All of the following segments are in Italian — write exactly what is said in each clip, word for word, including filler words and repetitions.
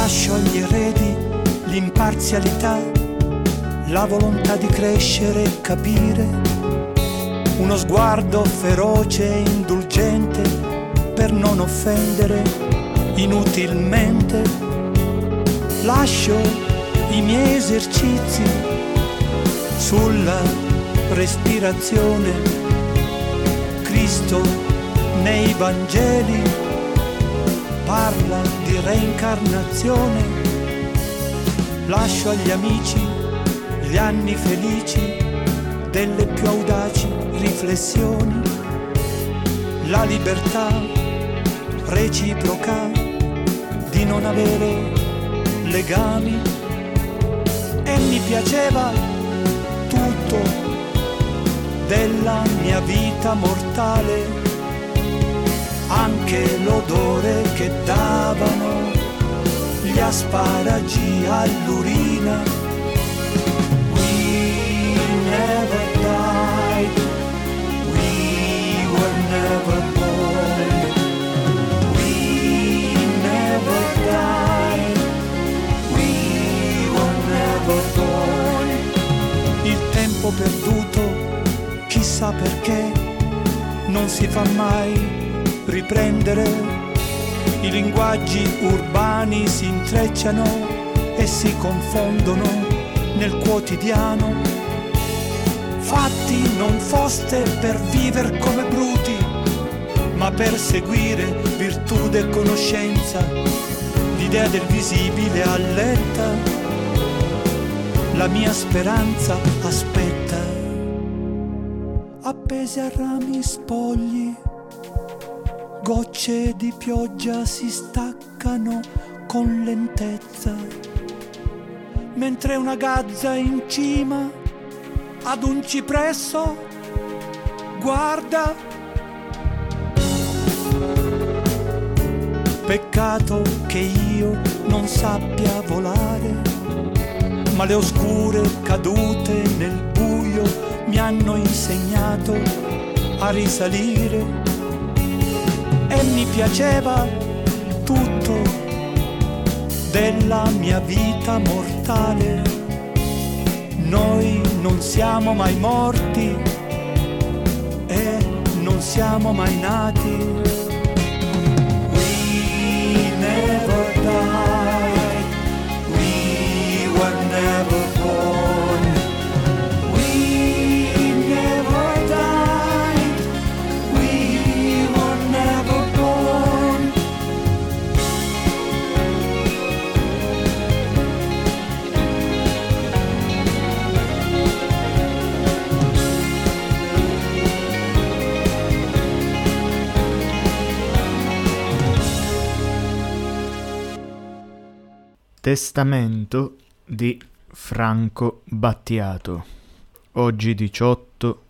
Lascio agli eredi l'imparzialità, la volontà di crescere e capire, uno sguardo feroce e indulgente per non offendere inutilmente. Lascio i miei esercizi sulla respirazione. Cristo nei Vangeli parla di reincarnazione. Lascio agli amici gli anni felici delle più audaci riflessioni, la libertà reciproca di non avere legami. E mi piaceva tutto della mia vita mortale, anche l'odore che davano gli asparagi all'urina. We never died, we were never born. We never died, we were never born. Il tempo perduto, chissà perché, non si fa mai riprendere. I linguaggi urbani si intrecciano e si confondono nel quotidiano. Fatti non foste per viver come bruti, ma per seguire virtù e conoscenza. L'idea del visibile alletta, la mia speranza aspetta. Appese a rami spogli, gocce di pioggia si staccano con lentezza, mentre una gazza in cima ad un cipresso guarda. Peccato che io non sappia volare, ma le oscure cadute nel buio mi hanno insegnato a risalire. E mi piaceva tutto della mia vita mortale. Noi non siamo mai morti e non siamo mai nati. We never died, we were never born. We never died, we were never born. Testamento di Franco Battiato. Oggi diciotto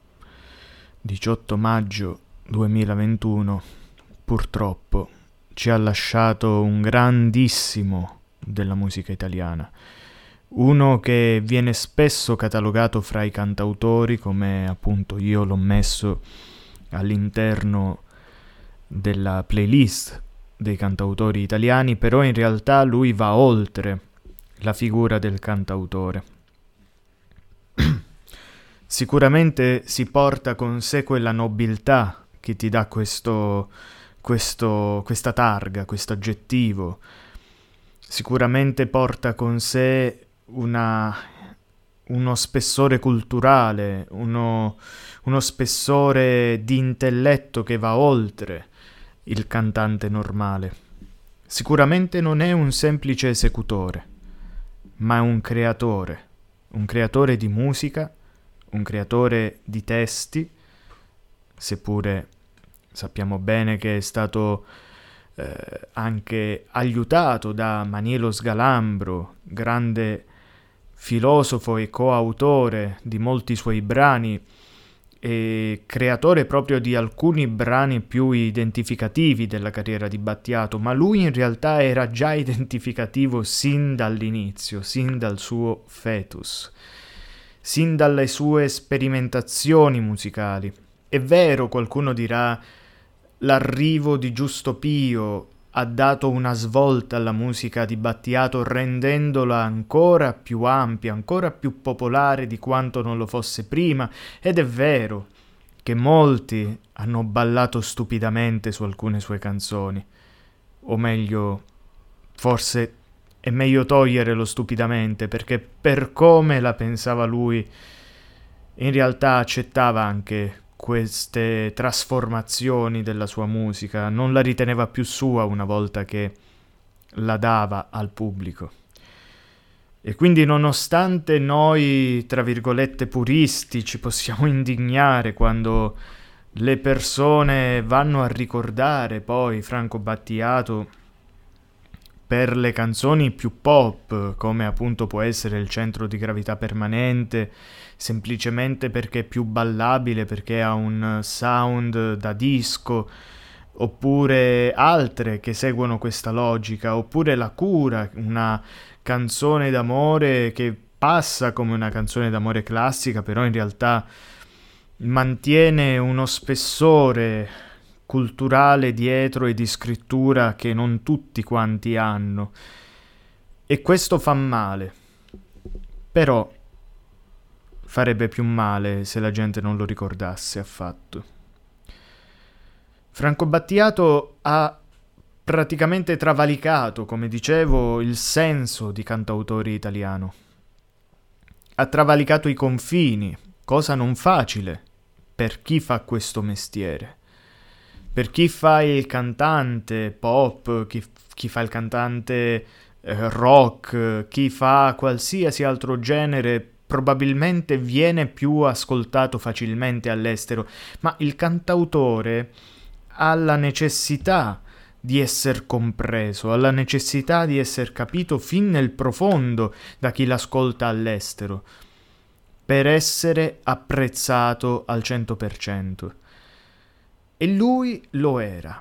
maggio duemilaventuno, purtroppo ci ha lasciato un grandissimo della musica italiana, uno che viene spesso catalogato fra i cantautori, come appunto io l'ho messo all'interno della playlist dei cantautori italiani, però in realtà lui va oltre la figura del cantautore. Sicuramente si porta con sé quella nobiltà che ti dà questo, questo, questa targa, questo aggettivo. Sicuramente porta con sé una, uno spessore culturale, uno, uno spessore di intelletto che va oltre il cantante normale. Sicuramente non è un semplice esecutore, ma è un creatore, un creatore di musica, un creatore di testi, seppure sappiamo bene che è stato eh, anche aiutato da Manielo Sgalambro, grande filosofo e coautore di molti suoi brani, e creatore proprio di alcuni brani più identificativi della carriera di Battiato, ma lui in realtà era già identificativo sin dall'inizio, sin dal suo fetus, sin dalle sue sperimentazioni musicali. È vero, qualcuno dirà, l'arrivo di Giusto Pio ha dato una svolta alla musica di Battiato, rendendola ancora più ampia, ancora più popolare di quanto non lo fosse prima, ed è vero che molti hanno ballato stupidamente su alcune sue canzoni, o meglio, forse è meglio togliere lo stupidamente, perché per come la pensava lui, in realtà accettava anche queste trasformazioni della sua musica, non la riteneva più sua una volta che la dava al pubblico. E quindi, nonostante noi, tra virgolette, puristi, ci possiamo indignare quando le persone vanno a ricordare poi Franco Battiato per le canzoni più pop, come appunto può essere Il centro di gravità permanente, semplicemente perché è più ballabile, perché ha un sound da disco, oppure altre che seguono questa logica, oppure La cura, una canzone d'amore che passa come una canzone d'amore classica, però in realtà mantiene uno spessore culturale dietro e di scrittura che non tutti quanti hanno, e questo fa male. Però farebbe più male se la gente non lo ricordasse affatto. Franco Battiato ha praticamente travalicato, come dicevo, il senso di cantautore italiano. Ha travalicato i confini, cosa non facile per chi fa questo mestiere. Per chi fa il cantante pop, chi, chi fa il cantante eh, rock, chi fa qualsiasi altro genere, probabilmente viene più ascoltato facilmente all'estero, ma il cantautore ha la necessità di essere compreso, ha la necessità di essere capito fin nel profondo da chi l'ascolta all'estero, per essere apprezzato al cento per cento. E lui lo era.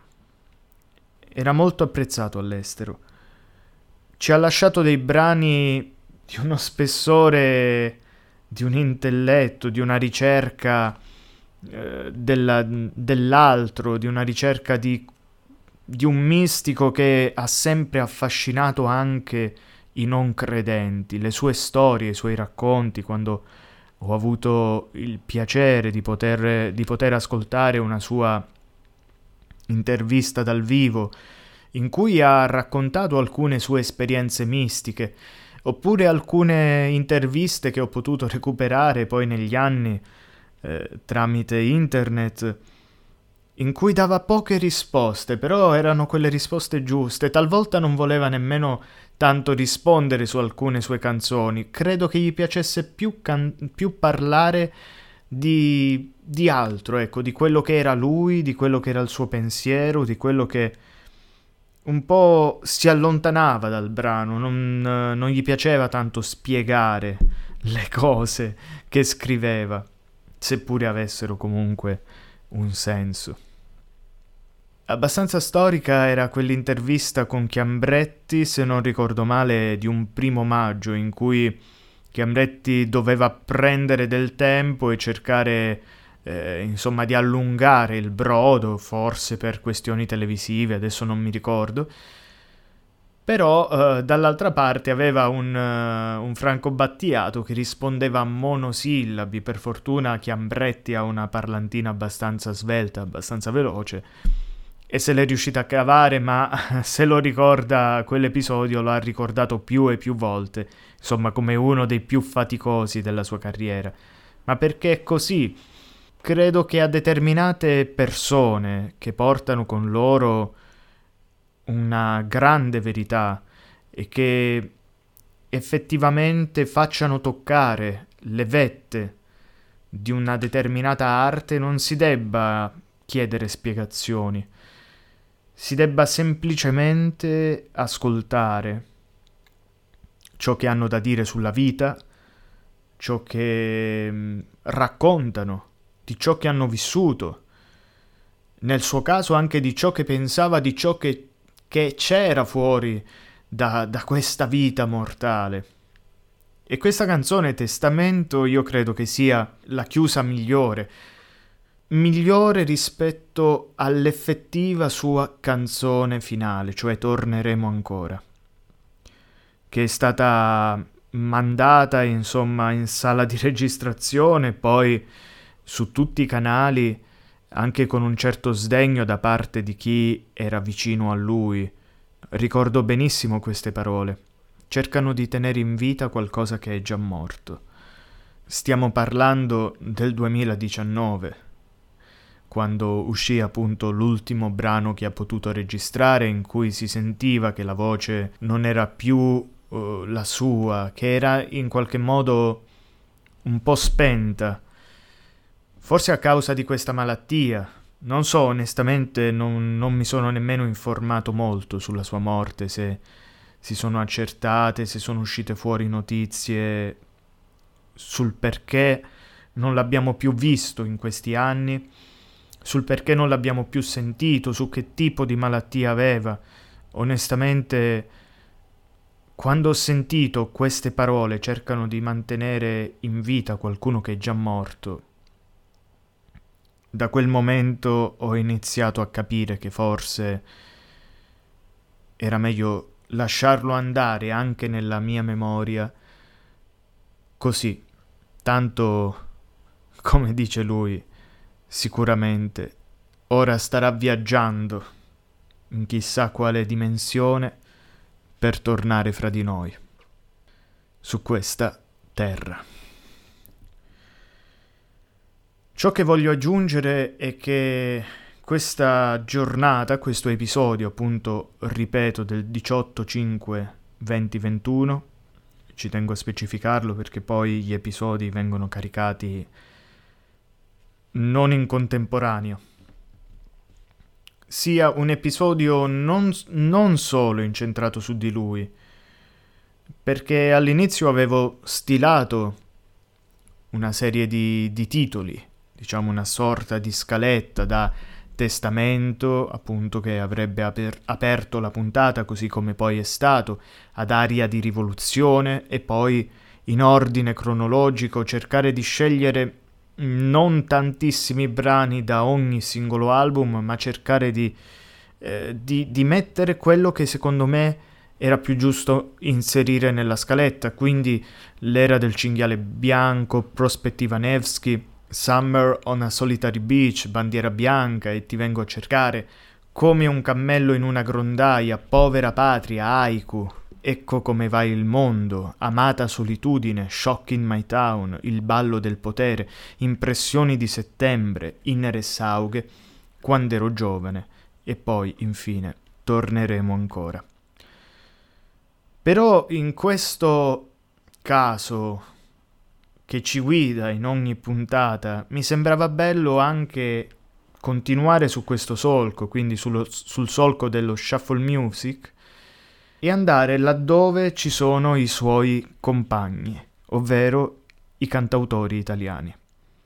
Era molto apprezzato all'estero. Ci ha lasciato dei brani di uno spessore, di un intelletto, di una ricerca eh, della, dell'altro, di una ricerca di, di un mistico che ha sempre affascinato anche i non credenti. Le sue storie, i suoi racconti, quando ho avuto il piacere di poter, di poter ascoltare una sua intervista dal vivo in cui ha raccontato alcune sue esperienze mistiche, oppure alcune interviste che ho potuto recuperare poi negli anni eh, tramite internet, in cui dava poche risposte, però erano quelle risposte giuste. Talvolta non voleva nemmeno tanto rispondere su alcune sue canzoni. Credo che gli piacesse più, can- più parlare di, di altro, ecco, di quello che era lui, di quello che era il suo pensiero, di quello che un po' si allontanava dal brano. Non, non gli piaceva tanto spiegare le cose che scriveva, seppure avessero comunque un senso. Abbastanza storica era quell'intervista con Chiambretti, se non ricordo male, di un primo maggio, in cui Chiambretti doveva prendere del tempo e cercare eh, insomma di allungare il brodo, forse per questioni televisive, adesso non mi ricordo. Però eh, dall'altra parte aveva un, uh, un Franco Battiato che rispondeva a monosillabi. Per fortuna Chiambretti ha una parlantina abbastanza svelta, abbastanza veloce, e se l'è riuscita a cavare, ma se lo ricorda quell'episodio, lo ha ricordato più e più volte, insomma come uno dei più faticosi della sua carriera. Ma perché è così? Credo che a determinate persone che portano con loro una grande verità e che effettivamente facciano toccare le vette di una determinata arte non si debba chiedere spiegazioni, si debba semplicemente ascoltare ciò che hanno da dire sulla vita, ciò che mh, raccontano, di ciò che hanno vissuto, nel suo caso anche di ciò che pensava, di ciò che che c'era fuori da, da questa vita mortale. E questa canzone, Testamento, io credo che sia la chiusa migliore. migliore rispetto all'effettiva sua canzone finale, cioè Torneremo ancora, che è stata mandata insomma in sala di registrazione, poi su tutti i canali, anche con un certo sdegno da parte di chi era vicino a lui. Ricordo benissimo queste parole. Cercano di tenere in vita qualcosa che è già morto. Stiamo parlando del duemiladiciannove, quando uscì appunto l'ultimo brano che ha potuto registrare, in cui si sentiva che la voce non era più uh, la sua, che era in qualche modo un po' spenta, forse a causa di questa malattia. Non so, onestamente non, non mi sono nemmeno informato molto sulla sua morte, se si sono accertate, se sono uscite fuori notizie sul perché non l'abbiamo più visto in questi anni, sul perché non l'abbiamo più sentito, su che tipo di malattia aveva. Onestamente, quando ho sentito queste parole, cercano di mantenere in vita qualcuno che è già morto, da quel momento ho iniziato a capire che forse era meglio lasciarlo andare anche nella mia memoria, così, tanto, come dice lui, sicuramente ora starà viaggiando in chissà quale dimensione per tornare fra di noi, su questa terra. Ciò che voglio aggiungere è che questa giornata, questo episodio, appunto, ripeto, del diciotto cinque duemilaventuno, ci tengo a specificarlo perché poi gli episodi vengono caricati non in contemporaneo, sia un episodio non, non solo incentrato su di lui, perché all'inizio avevo stilato una serie di, di titoli, diciamo una sorta di scaletta da testamento, appunto, che avrebbe aper- aperto la puntata, così come poi è stato, ad aria di rivoluzione, e poi in ordine cronologico cercare di scegliere non tantissimi brani da ogni singolo album, ma cercare di, eh, di, di mettere quello che secondo me era più giusto inserire nella scaletta, quindi l'era del cinghiale bianco, Prospettiva Nevsky, Summer on a Solitary Beach, Bandiera bianca e Ti vengo a cercare, Come un cammello in una grondaia, Povera patria, Haiku, Ecco come va il mondo, Amata solitudine, Shock in my town, Il ballo del potere, Impressioni di settembre, Innere saughe, Quando ero giovane e poi, infine, Torneremo ancora. Però in questo caso che ci guida in ogni puntata, mi sembrava bello anche continuare su questo solco, quindi sullo, sul solco dello shuffle music, e andare laddove ci sono i suoi compagni, ovvero i cantautori italiani.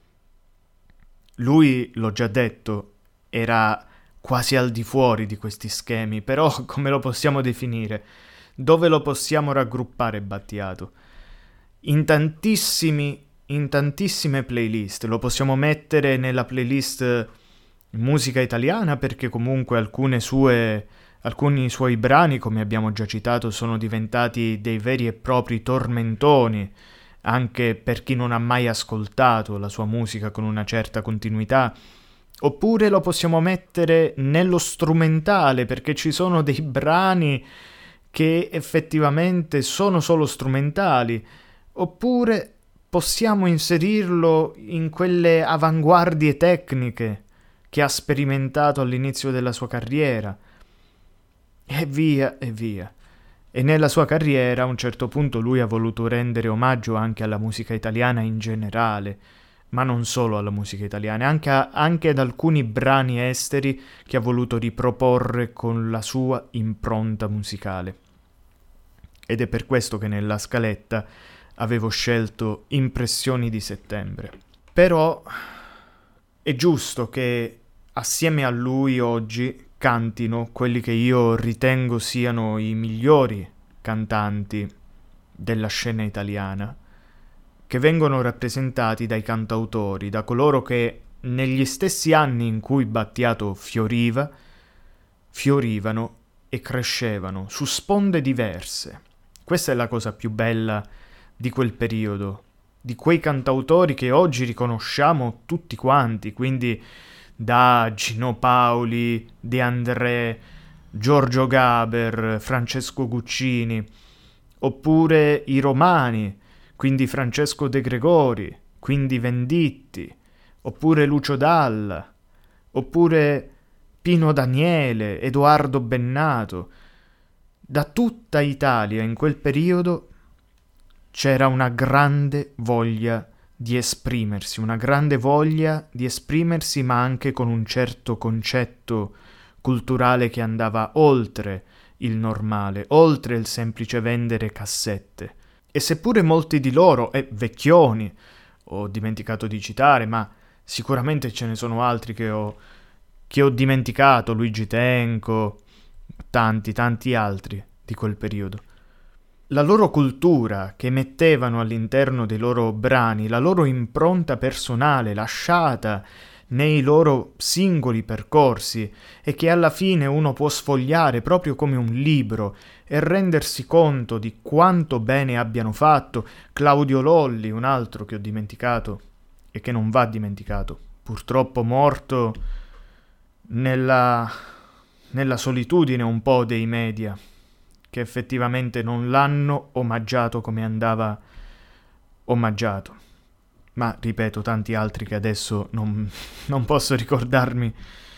Lui, l'ho già detto, era quasi al di fuori di questi schemi, però come lo possiamo definire? Dove lo possiamo raggruppare Battiato? In tantissimi, in tantissime playlist. Lo possiamo mettere nella playlist musica italiana, perché comunque alcune sue, alcuni suoi brani, come abbiamo già citato, sono diventati dei veri e propri tormentoni, anche per chi non ha mai ascoltato la sua musica con una certa continuità. Oppure lo possiamo mettere nello strumentale, perché ci sono dei brani che effettivamente sono solo strumentali. Oppure possiamo inserirlo in quelle avanguardie tecniche che ha sperimentato all'inizio della sua carriera, e via e via. E nella sua carriera a un certo punto lui ha voluto rendere omaggio anche alla musica italiana in generale, ma non solo alla musica italiana, anche, a, anche ad alcuni brani esteri che ha voluto riproporre con la sua impronta musicale. Ed è per questo che nella scaletta avevo scelto Impressioni di settembre. Però è giusto che assieme a lui oggi cantino quelli che io ritengo siano i migliori cantanti della scena italiana, che vengono rappresentati dai cantautori, da coloro che negli stessi anni in cui Battiato fioriva, fiorivano e crescevano su sponde diverse. Questa è la cosa più bella di quel periodo, di quei cantautori che oggi riconosciamo tutti quanti, quindi da Gino Paoli, De André, Giorgio Gaber, Francesco Guccini, oppure i romani, quindi Francesco De Gregori, quindi Venditti, oppure Lucio Dalla, oppure Pino Daniele, Edoardo Bennato. Da tutta Italia in quel periodo c'era una grande voglia di esprimersi, una grande voglia di esprimersi, ma anche con un certo concetto culturale che andava oltre il normale, oltre il semplice vendere cassette. E seppure molti di loro, e vecchioni, ho dimenticato di citare, ma sicuramente ce ne sono altri che ho, che ho dimenticato, Luigi Tenco, tanti, tanti altri di quel periodo. La loro cultura che mettevano all'interno dei loro brani, la loro impronta personale lasciata nei loro singoli percorsi e che alla fine uno può sfogliare proprio come un libro e rendersi conto di quanto bene abbiano fatto. Claudio Lolli, un altro che ho dimenticato e che non va dimenticato, purtroppo morto nella, nella solitudine un po' dei media, che effettivamente non l'hanno omaggiato come andava omaggiato. Ma, ripeto, tanti altri che adesso non, non posso ricordarmi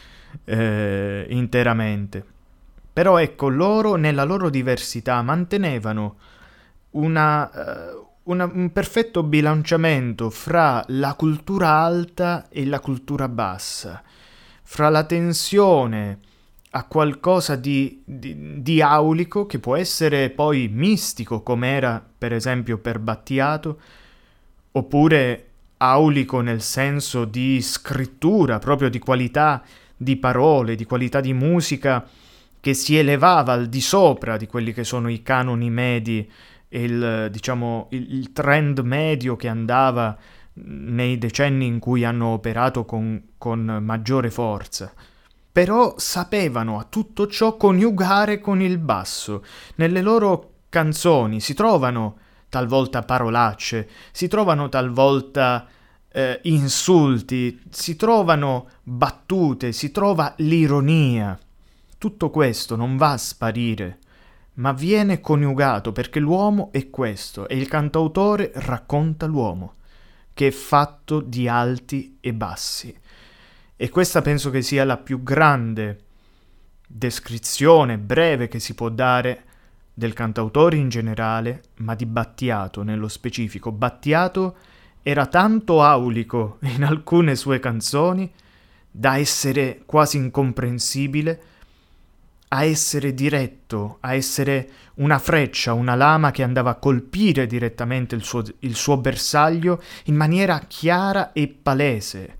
eh, interamente. Però ecco, loro nella loro diversità mantenevano una, uh, una, un perfetto bilanciamento fra la cultura alta e la cultura bassa, fra la tensione a qualcosa di, di, di aulico, che può essere poi mistico, come era per esempio per Battiato, oppure aulico nel senso di scrittura, proprio di qualità di parole, di qualità di musica, che si elevava al di sopra di quelli che sono i canoni medi e il, diciamo, il, il trend medio che andava nei decenni in cui hanno operato con, con maggiore forza. Però sapevano a tutto ciò coniugare con il basso. Nelle loro canzoni si trovano talvolta parolacce, si trovano talvolta eh, insulti, si trovano battute, si trova l'ironia. Tutto questo non va a sparire, ma viene coniugato, perché l'uomo è questo, e il cantautore racconta l'uomo, che è fatto di alti e bassi. E questa penso che sia la più grande descrizione breve che si può dare del cantautore in generale, ma di Battiato nello specifico. Battiato era tanto aulico in alcune sue canzoni da essere quasi incomprensibile, a essere diretto, a essere una freccia, una lama che andava a colpire direttamente il suo, il suo bersaglio in maniera chiara e palese.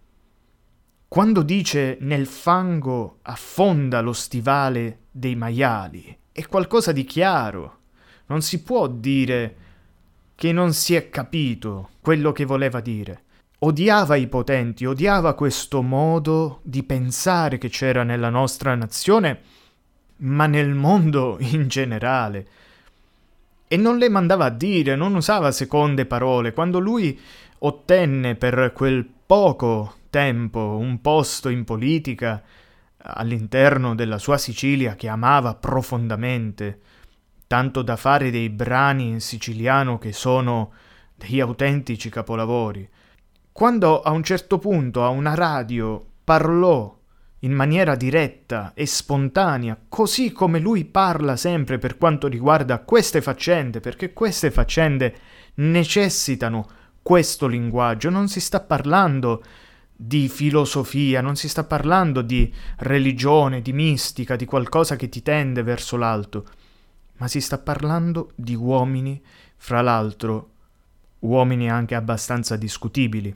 Quando dice nel fango affonda lo stivale dei maiali, è qualcosa di chiaro. Non si può dire che non si è capito quello che voleva dire. Odiava i potenti, odiava questo modo di pensare che c'era nella nostra nazione, ma nel mondo in generale. E non le mandava a dire, non usava seconde parole. Quando lui ottenne per quel poco tempo un posto in politica all'interno della sua Sicilia che amava profondamente, tanto da fare dei brani in siciliano che sono degli autentici capolavori. Quando a un certo punto a una radio parlò in maniera diretta e spontanea, così come lui parla sempre per quanto riguarda queste faccende, perché queste faccende necessitano questo linguaggio, non si sta parlando di filosofia, non si sta parlando di religione, di mistica, di qualcosa che ti tende verso l'alto, ma si sta parlando di uomini, fra l'altro uomini anche abbastanza discutibili.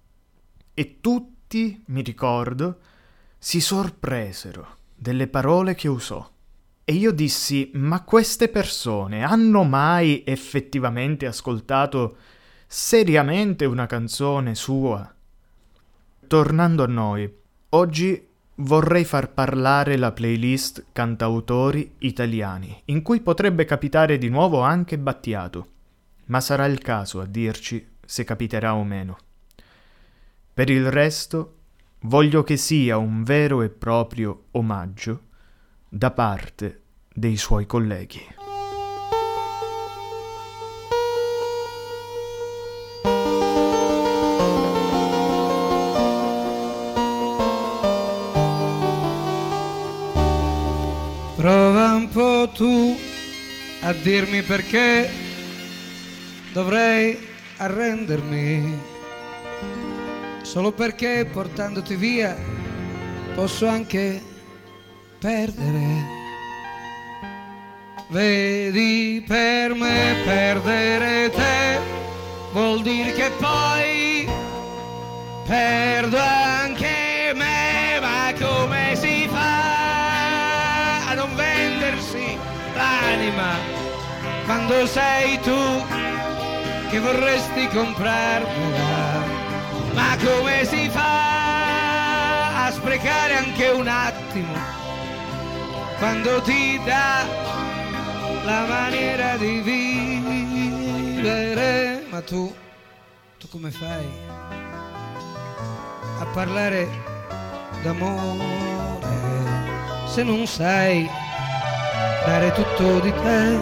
E tutti, mi ricordo, si sorpresero delle parole che usò. E io dissi, ma queste persone hanno mai effettivamente ascoltato seriamente una canzone sua? Tornando a noi, oggi vorrei far parlare la playlist cantautori italiani, in cui potrebbe capitare di nuovo anche Battiato, ma sarà il caso a dirci se capiterà o meno. Per il resto, voglio che sia un vero e proprio omaggio da parte dei suoi colleghi. Prova un po' tu a dirmi perché dovrei arrendermi, solo perché portandoti via posso anche perdere. Vedi, per me perdere te vuol dire che poi perdo anche me, ma come si fa a non vendersi l'anima quando sei tu che vorresti comprarmela? Ma come si fa a sprecare anche un attimo quando ti dà la maniera di vivere? Ma tu, tu come fai a parlare d'amore se non sai dare tutto di te?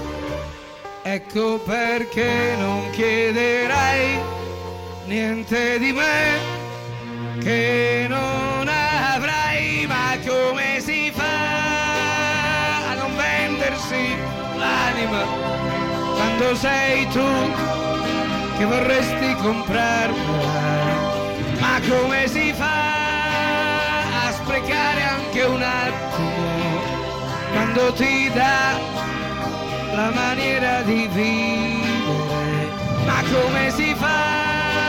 Ecco perché non chiederai niente di me che non avrai. Ma come si fa a non vendersi l'anima quando sei tu che vorresti comprarmela? Ma come si fa a sprecare anche un attimo quando ti dà la maniera di vivere? Ma come si fa?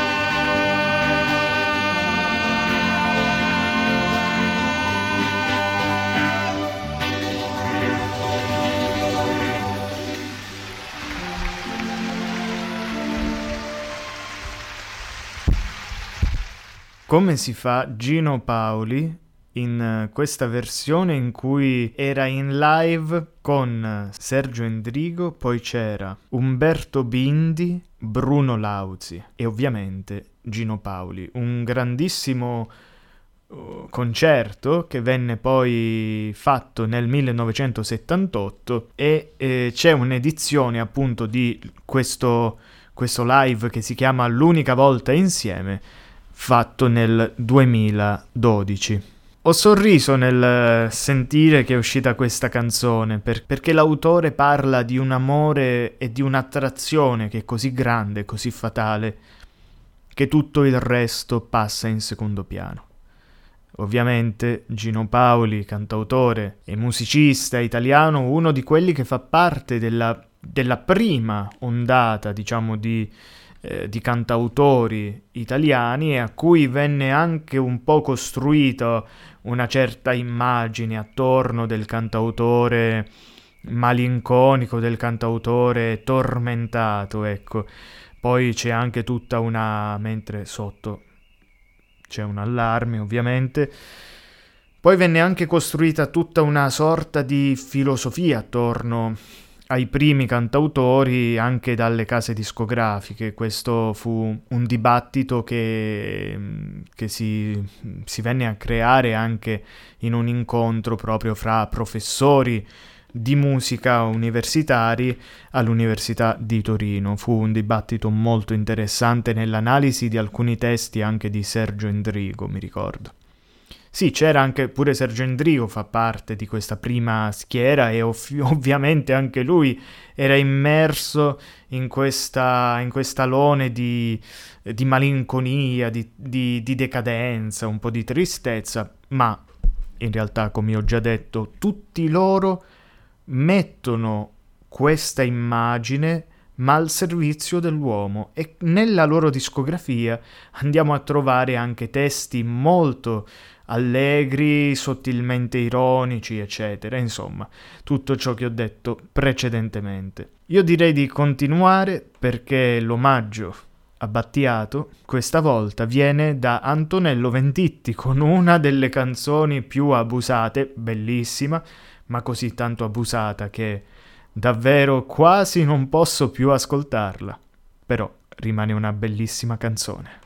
Come si fa Gino Paoli in questa versione in cui era in live con Sergio Endrigo, poi c'era Umberto Bindi, Bruno Lauzi e ovviamente Gino Paoli. Un grandissimo uh, concerto che venne poi fatto nel millenovecentosettantotto e eh, c'è un'edizione appunto di questo, questo live che si chiama L'unica volta insieme, fatto nel duemiladodici. Ho sorriso nel sentire che è uscita questa canzone per, perché l'autore parla di un amore e di un'attrazione che è così grande, così fatale, che tutto il resto passa in secondo piano. Ovviamente Gino Paoli, cantautore e musicista italiano, uno di quelli che fa parte della, della prima ondata, diciamo, di Eh, di cantautori italiani e a cui venne anche un po' costruita una certa immagine attorno del cantautore malinconico, del cantautore tormentato, ecco. Poi c'è anche tutta una... mentre sotto c'è un allarme, ovviamente. Poi venne anche costruita tutta una sorta di filosofia attorno ai primi cantautori anche dalle case discografiche. Questo fu un dibattito che, che si, si venne a creare anche in un incontro proprio fra professori di musica universitari all'Università di Torino. Fu un dibattito molto interessante nell'analisi di alcuni testi anche di Sergio Endrigo, mi ricordo. Sì, c'era anche pure Sergio Endrigo, fa parte di questa prima schiera e ov- ovviamente anche lui era immerso in questa in quest'alone di, di malinconia, di, di, di decadenza, un po' di tristezza, ma in realtà, come ho già detto, tutti loro mettono questa immagine ma al servizio dell'uomo, e nella loro discografia andiamo a trovare anche testi molto allegri, sottilmente ironici, eccetera. Insomma, tutto ciò che ho detto precedentemente. Io direi di continuare perché l'omaggio a Battiato, questa volta viene da Antonello Venditti con una delle canzoni più abusate, bellissima, ma così tanto abusata che davvero quasi non posso più ascoltarla. Però rimane una bellissima canzone.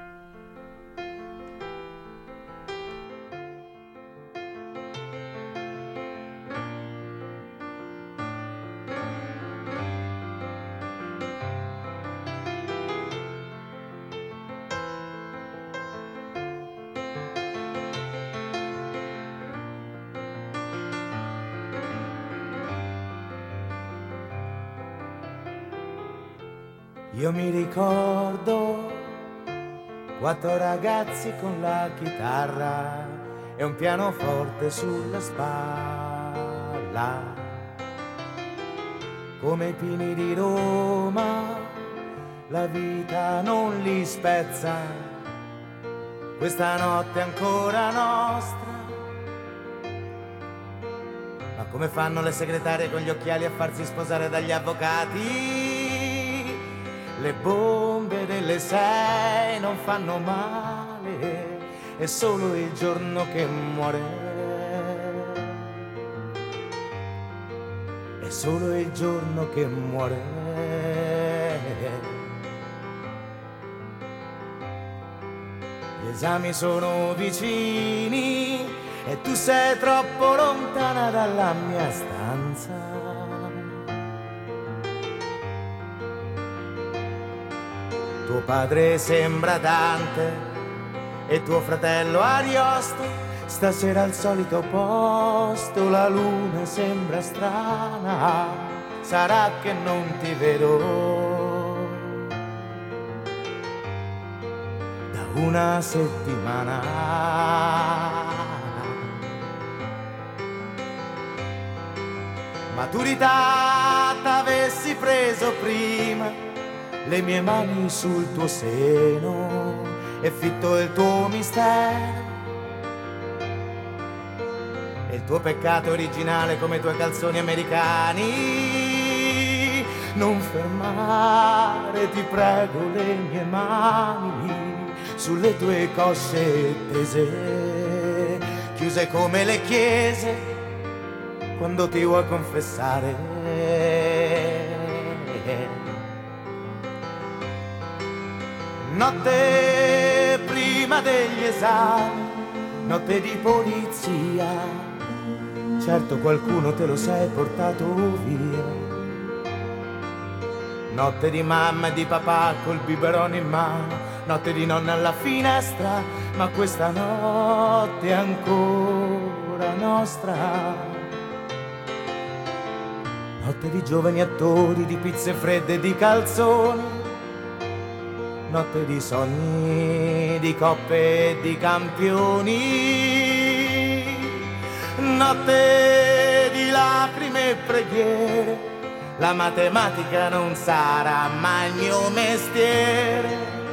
Io mi ricordo quattro ragazzi con la chitarra e un pianoforte sulla spalla, come i pini di Roma, la vita non li spezza, questa notte è ancora nostra. Ma come fanno le segretarie con gli occhiali a farsi sposare dagli avvocati? Le bombe delle sei non fanno male, è solo il giorno che muore. È solo il giorno che muore. Gli esami sono vicini e tu sei troppo lontana dalla mia stanza. Tuo padre sembra Dante e tuo fratello Ariosto, stasera al solito posto, la luna sembra strana, sarà che non ti vedo da una settimana. Maturità t'avessi preso prima, le mie mani sul tuo seno e fitto il tuo mistero e il tuo peccato originale come i tuoi calzoni americani. Non fermare, ti prego, le mie mani sulle tue cosce tese, chiuse come le chiese quando ti vuoi confessare. Notte prima degli esami, notte di polizia, certo qualcuno te lo sei portato via. Notte di mamma e di papà col biberone in mano, notte di nonna alla finestra, ma questa notte è ancora nostra. Notte di giovani attori, di pizze fredde e di calzoni, notte di sogni, di coppe e di campioni, notte di lacrime e preghiere, la matematica non sarà mai il mio mestiere.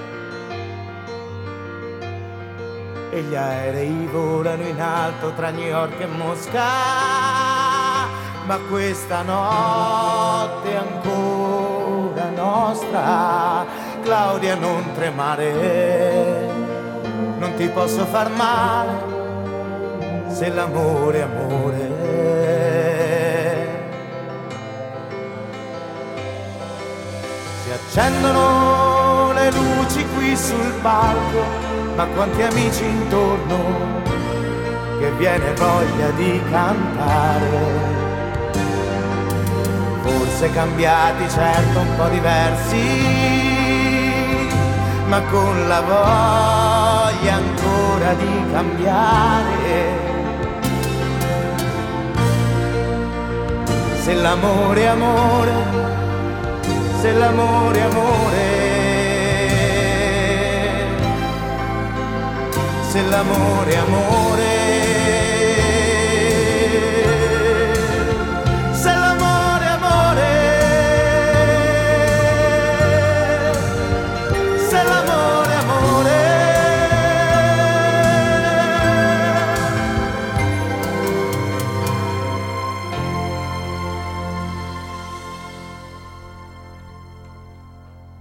E gli aerei volano in alto tra New York e Mosca, ma questa notte è ancora nostra. Claudia, non tremare, non ti posso far male se l'amore è amore. Si accendono le luci qui sul palco, ma quanti amici intorno che viene voglia di cantare. Forse cambiati, certo un po' diversi, ma con la voglia ancora di cambiare. Se l'amore è amore, se l'amore è amore, se l'amore è amore.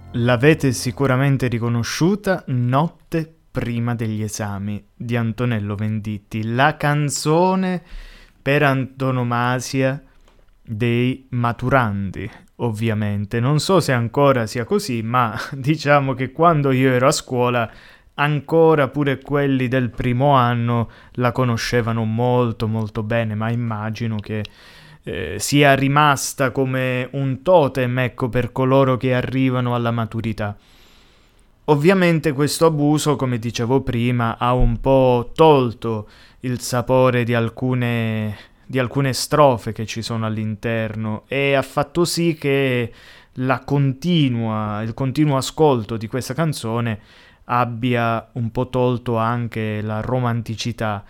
L'avete sicuramente riconosciuta, Notte prima degli esami di Antonello Venditti, la canzone per antonomasia dei maturandi, ovviamente. Non so se ancora sia così, ma diciamo che quando io ero a scuola ancora pure quelli del primo anno la conoscevano molto molto bene, ma immagino che eh, sia rimasta come un totem, ecco, per coloro che arrivano alla maturità. Ovviamente questo abuso, come dicevo prima, ha un po' tolto il sapore di alcune, di alcune strofe che ci sono all'interno e ha fatto sì che la continua, il continuo ascolto di questa canzone abbia un po' tolto anche la romanticità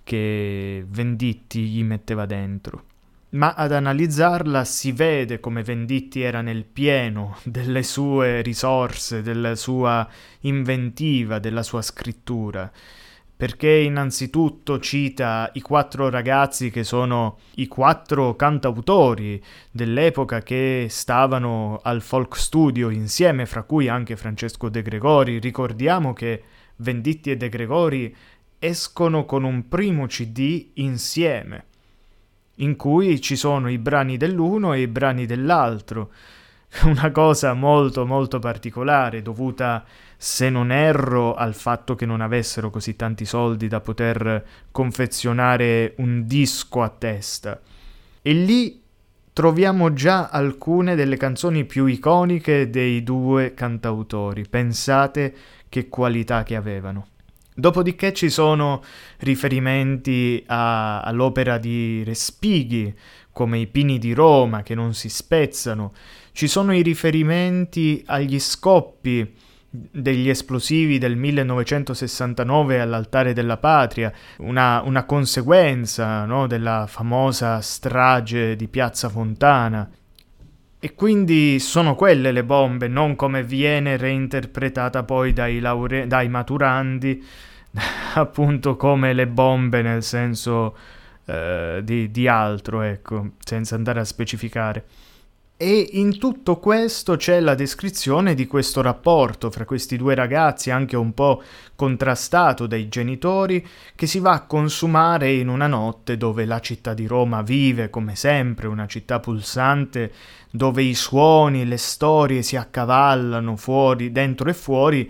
che Venditti gli metteva dentro. Ma ad analizzarla si vede come Venditti era nel pieno delle sue risorse, della sua inventiva, della sua scrittura, perché innanzitutto cita i quattro ragazzi che sono i quattro cantautori dell'epoca che stavano al Folk Studio insieme, fra cui anche Francesco De Gregori. Ricordiamo che Venditti e De Gregori escono con un primo C D insieme, in cui ci sono i brani dell'uno e i brani dell'altro. Una cosa molto molto particolare, dovuta, se non erro, al fatto che non avessero così tanti soldi da poter confezionare un disco a testa. E lì troviamo già alcune delle canzoni più iconiche dei due cantautori. Pensate che qualità che avevano. Dopodiché ci sono riferimenti a, all'opera di Respighi, come I pini di Roma che non si spezzano. Ci sono i riferimenti agli scoppi degli esplosivi del millenovecentosessantanove all'Altare della Patria, una, una conseguenza, no, della famosa strage di Piazza Fontana. E quindi sono quelle le bombe, non come viene reinterpretata poi dai, laure- dai maturandi, appunto come le bombe nel senso eh, di, di altro, ecco, senza andare a specificare. E in tutto questo c'è la descrizione di questo rapporto fra questi due ragazzi, anche un po' contrastato dai genitori, che si va a consumare in una notte dove la città di Roma vive come sempre, una città pulsante, dove i suoni, le storie si accavallano fuori, dentro e fuori,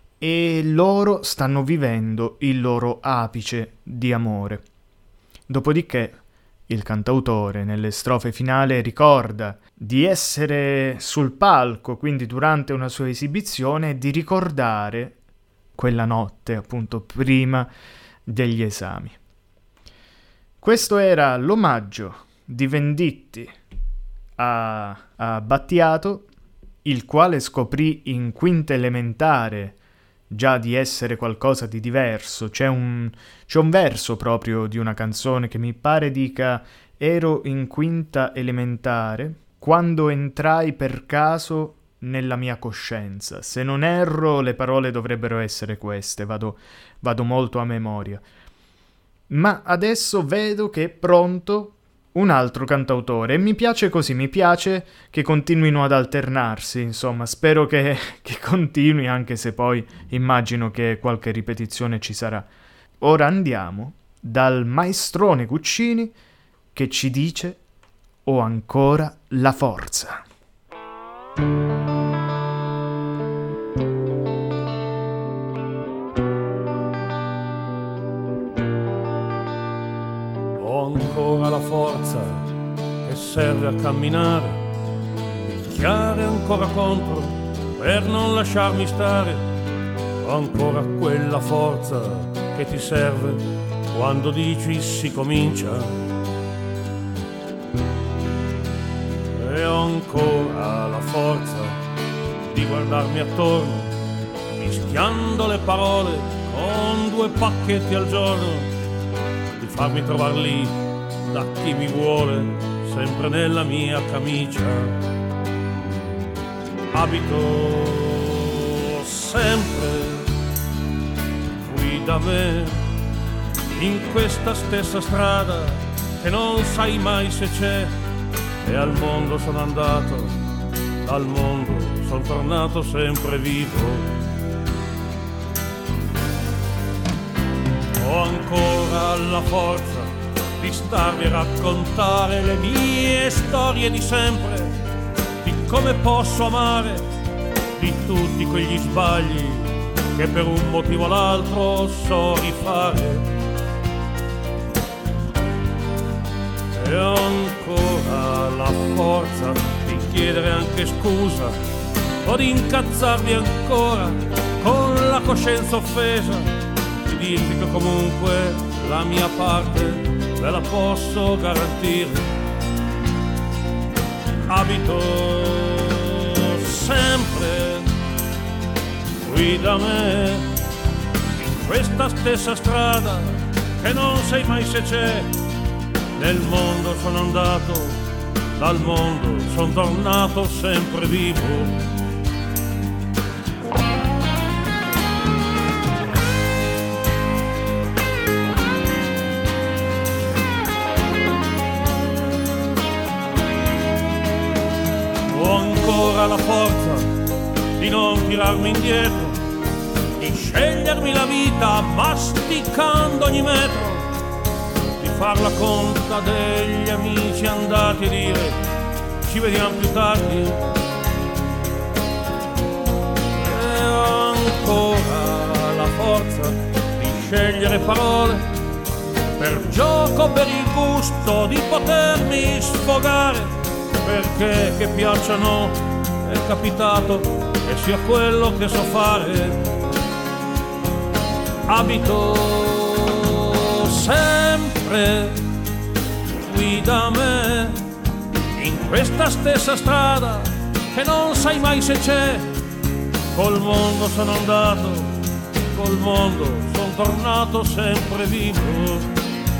e loro stanno vivendo il loro apice di amore. Dopodiché il cantautore nelle strofe finali ricorda di essere sul palco, quindi durante una sua esibizione, e di ricordare quella notte, appunto, prima degli esami. Questo era l'omaggio di Venditti a, a Battiato, il quale scoprì in quinta elementare già di essere qualcosa di diverso. C'è un, c'è un verso proprio di una canzone che mi pare dica: ero in quinta elementare quando entrai per caso nella mia coscienza. Se non erro, le parole dovrebbero essere queste, vado, vado molto a memoria. Ma adesso vedo che è pronto un altro cantautore e mi piace così, mi piace che continuino ad alternarsi, insomma, spero che, che continui, anche se poi immagino che qualche ripetizione ci sarà. Ora andiamo dal maestrone Guccini che ci dice: ho ancora la forza. Ho ancora la forza che serve a camminare, picchiare ancora contro per non lasciarmi stare. Ho ancora quella forza che ti serve quando dici si comincia. E ho ancora la forza di guardarmi attorno, mischiando le parole con due pacchetti al giorno, di farmi trovar lì da chi mi vuole, sempre nella mia camicia. Abito sempre qui da me, in questa stessa strada che non sai mai se c'è. E al mondo sono andato, al mondo son tornato sempre vivo. Ho ancora la forza di starvi a raccontare le mie storie di sempre, di come posso amare, di tutti quegli sbagli che per un motivo o l'altro so rifare. E ho ancora la forza di chiedere anche scusa o di incazzarvi ancora con la coscienza offesa, di dirvi che comunque la mia parte ve la posso garantire. Abito sempre qui da me, in questa stessa strada che non sai mai se c'è. Nel mondo sono andato, dal mondo sono tornato sempre vivo. Ho ancora la forza di non tirarmi indietro, di scegliermi la vita masticando ogni metro, di far la conta degli amici andati e dire ci vediamo più tardi. E ho ancora la forza di scegliere parole per gioco, per il gusto di potermi sfogare, perché che piacciono è capitato che sia quello che so fare. Abito sempre qui da me, in questa stessa strada che non sai mai se c'è. Col mondo sono andato, col mondo sono tornato sempre vivo.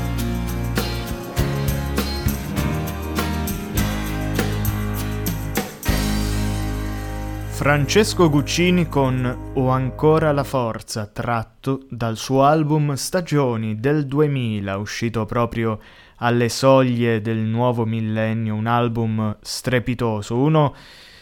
Francesco Guccini con Ho ancora la forza, tratto dal suo album Stagioni del duemila, uscito proprio alle soglie del nuovo millennio, un album strepitoso, uno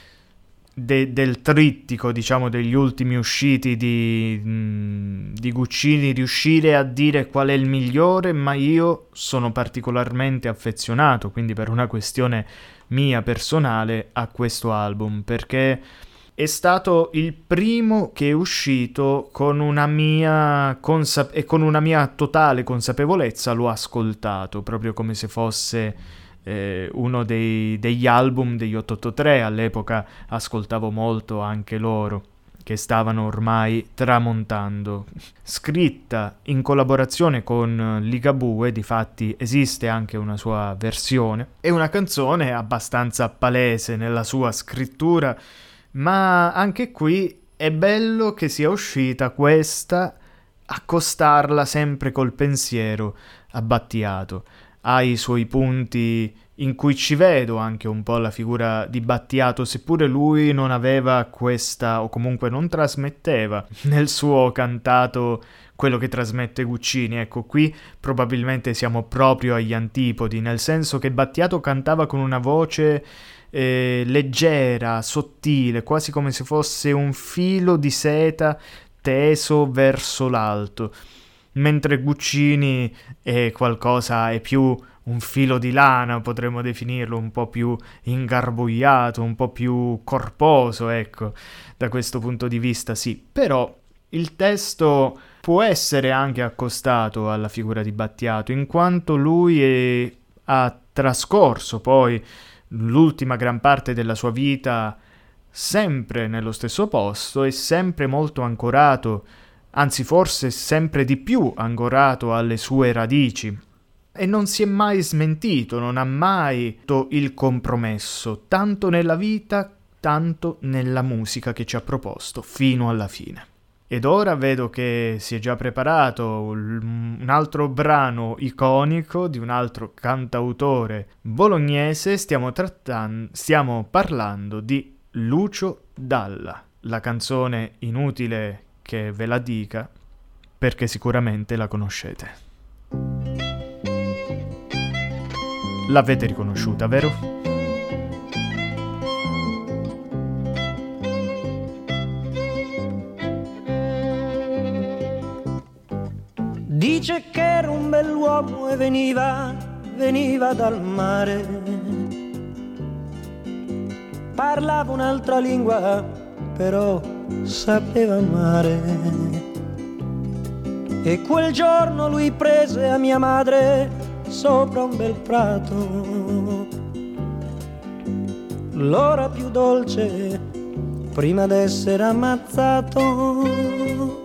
de- del trittico, diciamo, degli ultimi usciti di, mh, di Guccini, riuscire a dire qual è il migliore, ma io sono particolarmente affezionato, quindi per una questione mia personale, a questo album, perché è stato il primo che è uscito con una mia consap- e con una mia totale consapevolezza l'ho ascoltato, proprio come se fosse eh, uno dei, degli album degli otto otto tre. All'epoca ascoltavo molto anche loro, che stavano ormai tramontando. Scritta in collaborazione con Ligabue, difatti esiste anche una sua versione. È una canzone abbastanza palese nella sua scrittura, ma anche qui è bello che sia uscita questa, accostarla sempre col pensiero a Battiato. Ha i suoi punti in cui ci vedo anche un po' la figura di Battiato, seppure lui non aveva questa, o comunque non trasmetteva nel suo cantato quello che trasmette Guccini. Ecco, qui probabilmente siamo proprio agli antipodi, nel senso che Battiato cantava con una voce Eh, leggera, sottile, quasi come se fosse un filo di seta teso verso l'alto, mentre Guccini è qualcosa, è più un filo di lana, potremmo definirlo, un po' più ingarbugliato, un po' più corposo, ecco, da questo punto di vista sì. Però il testo può essere anche accostato alla figura di Battiato, in quanto lui è, ha trascorso poi l'ultima gran parte della sua vita sempre nello stesso posto e sempre molto ancorato, anzi forse sempre di più ancorato alle sue radici, e non si è mai smentito, non ha mai fatto il compromesso, tanto nella vita, tanto nella musica che ci ha proposto fino alla fine. Ed ora vedo che si è già preparato un altro brano iconico di un altro cantautore bolognese. Stiamo trattando, stiamo parlando di Lucio Dalla. La canzone inutile che ve la dica, perché sicuramente la conoscete. L'avete riconosciuta, vero? Dice che era un bell'uomo e veniva, veniva dal mare. Parlava un'altra lingua, però sapeva amare. E quel giorno lui prese a mia madre sopra un bel prato l'ora più dolce prima d'essere ammazzato.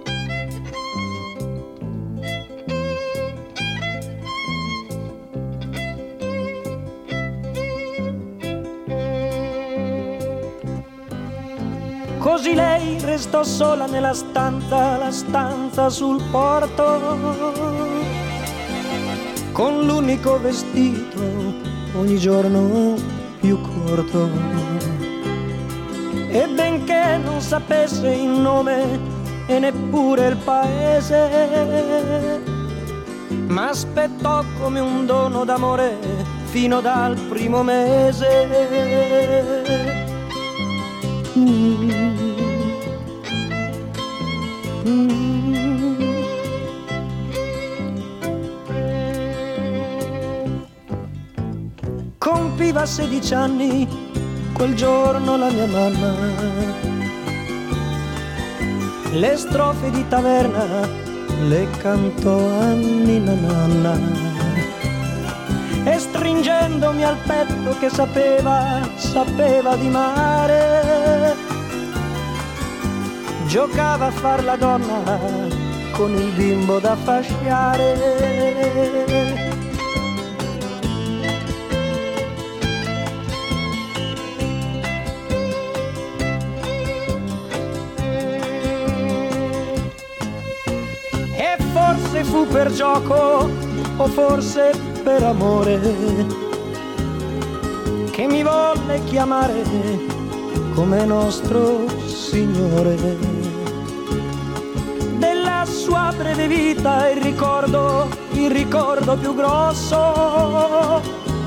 Così lei restò sola nella stanza, la stanza sul porto, con l'unico vestito ogni giorno più corto. E benché non sapesse il nome e neppure il paese, ma aspettò come un dono d'amore fino dal primo mese. Mm. Mm. Compiva sedici anni quel giorno la mia mamma. Le strofe di taverna le cantò a Ninna Nanna, e stringendomi al petto che sapeva, sapeva di mare, giocava a far la donna con il bimbo da fasciare. E forse fu per gioco o forse per amore che mi volle chiamare come nostro Signore. Della sua breve vita il ricordo, il ricordo più grosso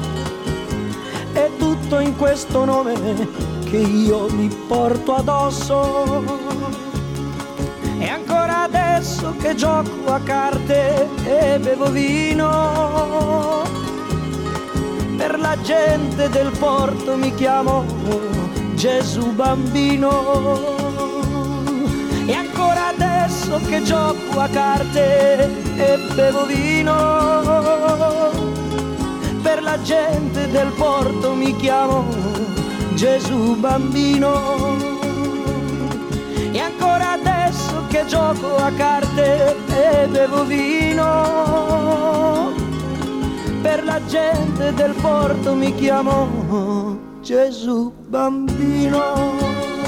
è tutto in questo nome che io mi porto addosso. E ancora adesso che gioco a carte e bevo vino, per la gente del porto mi chiamo Gesù bambino. E ancora adesso che gioco a carte e bevo vino, per la gente del porto mi chiamo Gesù bambino. E ancora adesso che gioco a carte e bevo vino, per la gente del porto mi chiamo Gesù bambino.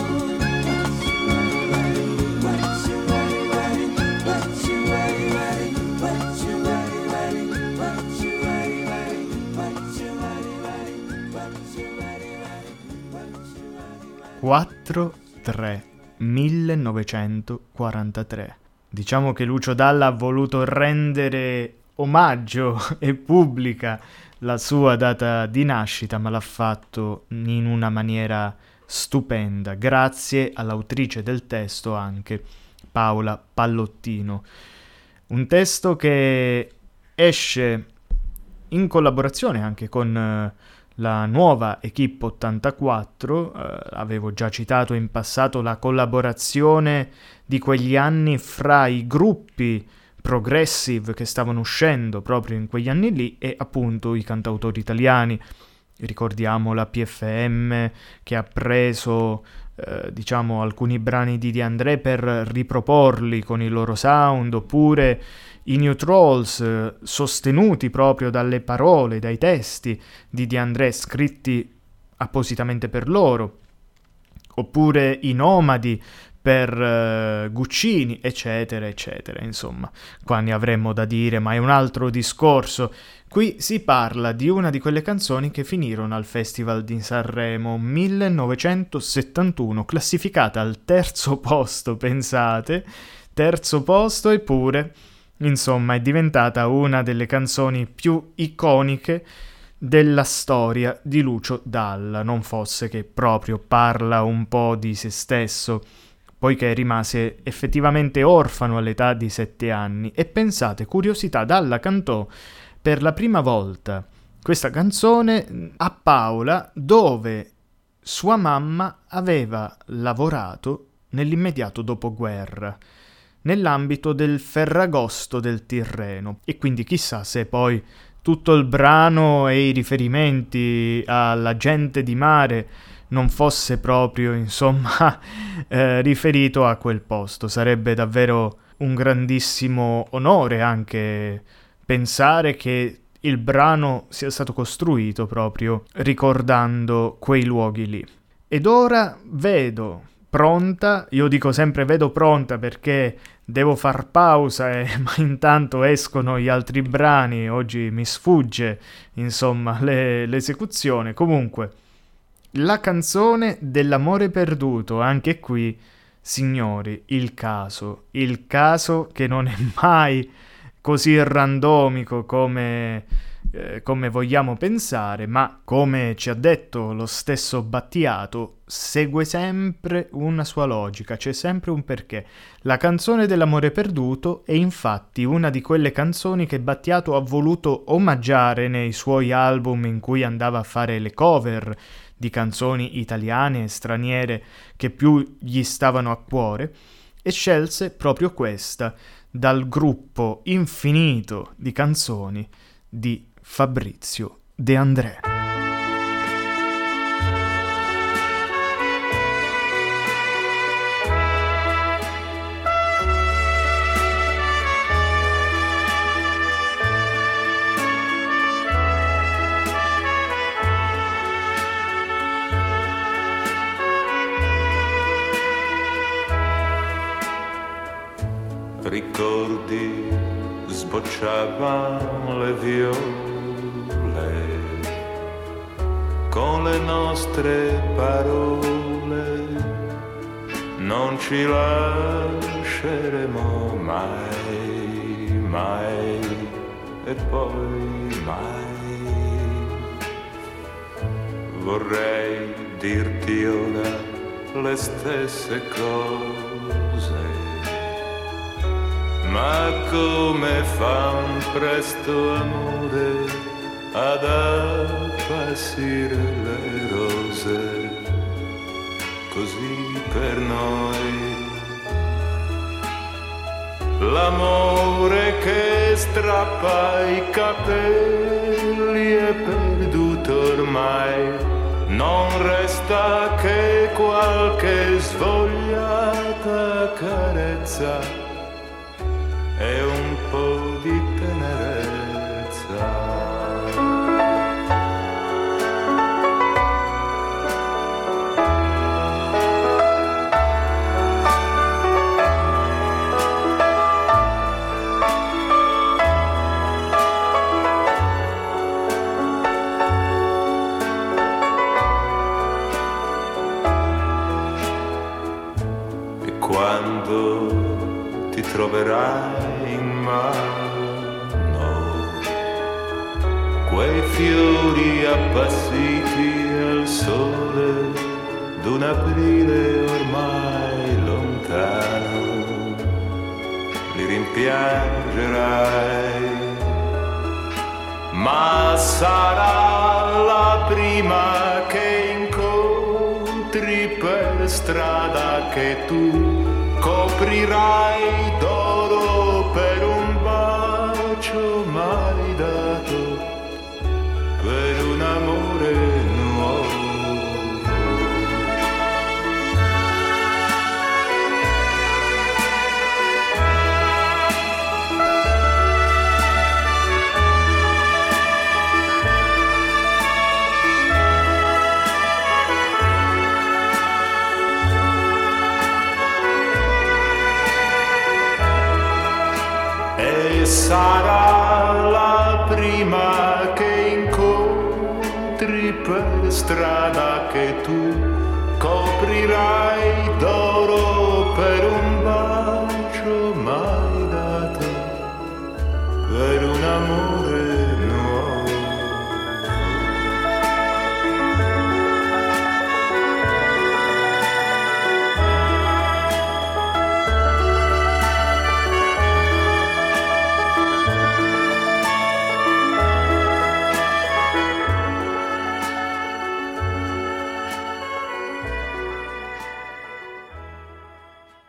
quattro tre millenovecentoquarantatré. Diciamo che Lucio Dalla ha voluto rendere omaggio e pubblica la sua data di nascita, ma l'ha fatto in una maniera stupenda, grazie all'autrice del testo anche, Paola Pallottino. Un testo che esce in collaborazione anche con eh, la nuova Equipe ottantaquattro, eh, avevo già citato in passato la collaborazione di quegli anni fra i gruppi progressive che stavano uscendo proprio in quegli anni lì e appunto i cantautori italiani. Ricordiamo la P F M che ha preso eh, diciamo alcuni brani di De André per riproporli con il loro sound, oppure i New Trolls eh, sostenuti proprio dalle parole, dai testi di De André scritti appositamente per loro, oppure i Nomadi per uh, Guccini, eccetera, eccetera. Insomma, qua ne avremmo da dire, ma è un altro discorso. Qui si parla di una di quelle canzoni che finirono al Festival di Sanremo millenovecentosettantuno, classificata al terzo posto, pensate, terzo posto, eppure, insomma, è diventata una delle canzoni più iconiche della storia di Lucio Dalla, non fosse che proprio parla un po' di se stesso, poiché rimase effettivamente orfano all'età di sette anni e pensate, curiosità, Dalla cantò per la prima volta questa canzone a Paola, dove sua mamma aveva lavorato nell'immediato dopoguerra, nell'ambito del Ferragosto del Tirreno, e quindi chissà se poi tutto il brano e i riferimenti alla gente di mare non fosse proprio, insomma, eh, riferito a quel posto. Sarebbe davvero un grandissimo onore anche pensare che il brano sia stato costruito proprio ricordando quei luoghi lì. Ed ora vedo pronta, io dico sempre vedo pronta perché devo far pausa, e, ma intanto escono gli altri brani, oggi mi sfugge, insomma, le, l'esecuzione. Comunque, la canzone dell'amore perduto, anche qui, signori, il caso, il caso che non è mai così randomico come, eh, come vogliamo pensare, ma come ci ha detto lo stesso Battiato, segue sempre una sua logica, c'è sempre un perché. La canzone dell'amore perduto è infatti una di quelle canzoni che Battiato ha voluto omaggiare nei suoi album in cui andava a fare le cover di canzoni italiane e straniere che più gli stavano a cuore, e scelse proprio questa dal gruppo infinito di canzoni di Fabrizio De André. Ricordi, sbocciavano le viole con le nostre parole, non ci lasceremo mai, mai e poi mai. Vorrei dirti ora le stesse cose, ma come fan presto amore ad appassire le rose, così per noi l'amore che strappa i capelli è perduto ormai, non resta che qualche svogliata carezza e un po' di tenerezza. E quando ti troverai in mano quei fiori appassiti al sole d'un aprile ormai lontano, li rimpiangerai, ma sarà la prima che incontri per strada che tu coprirai d'oro per un bacio mai dato, per un amore nuovo.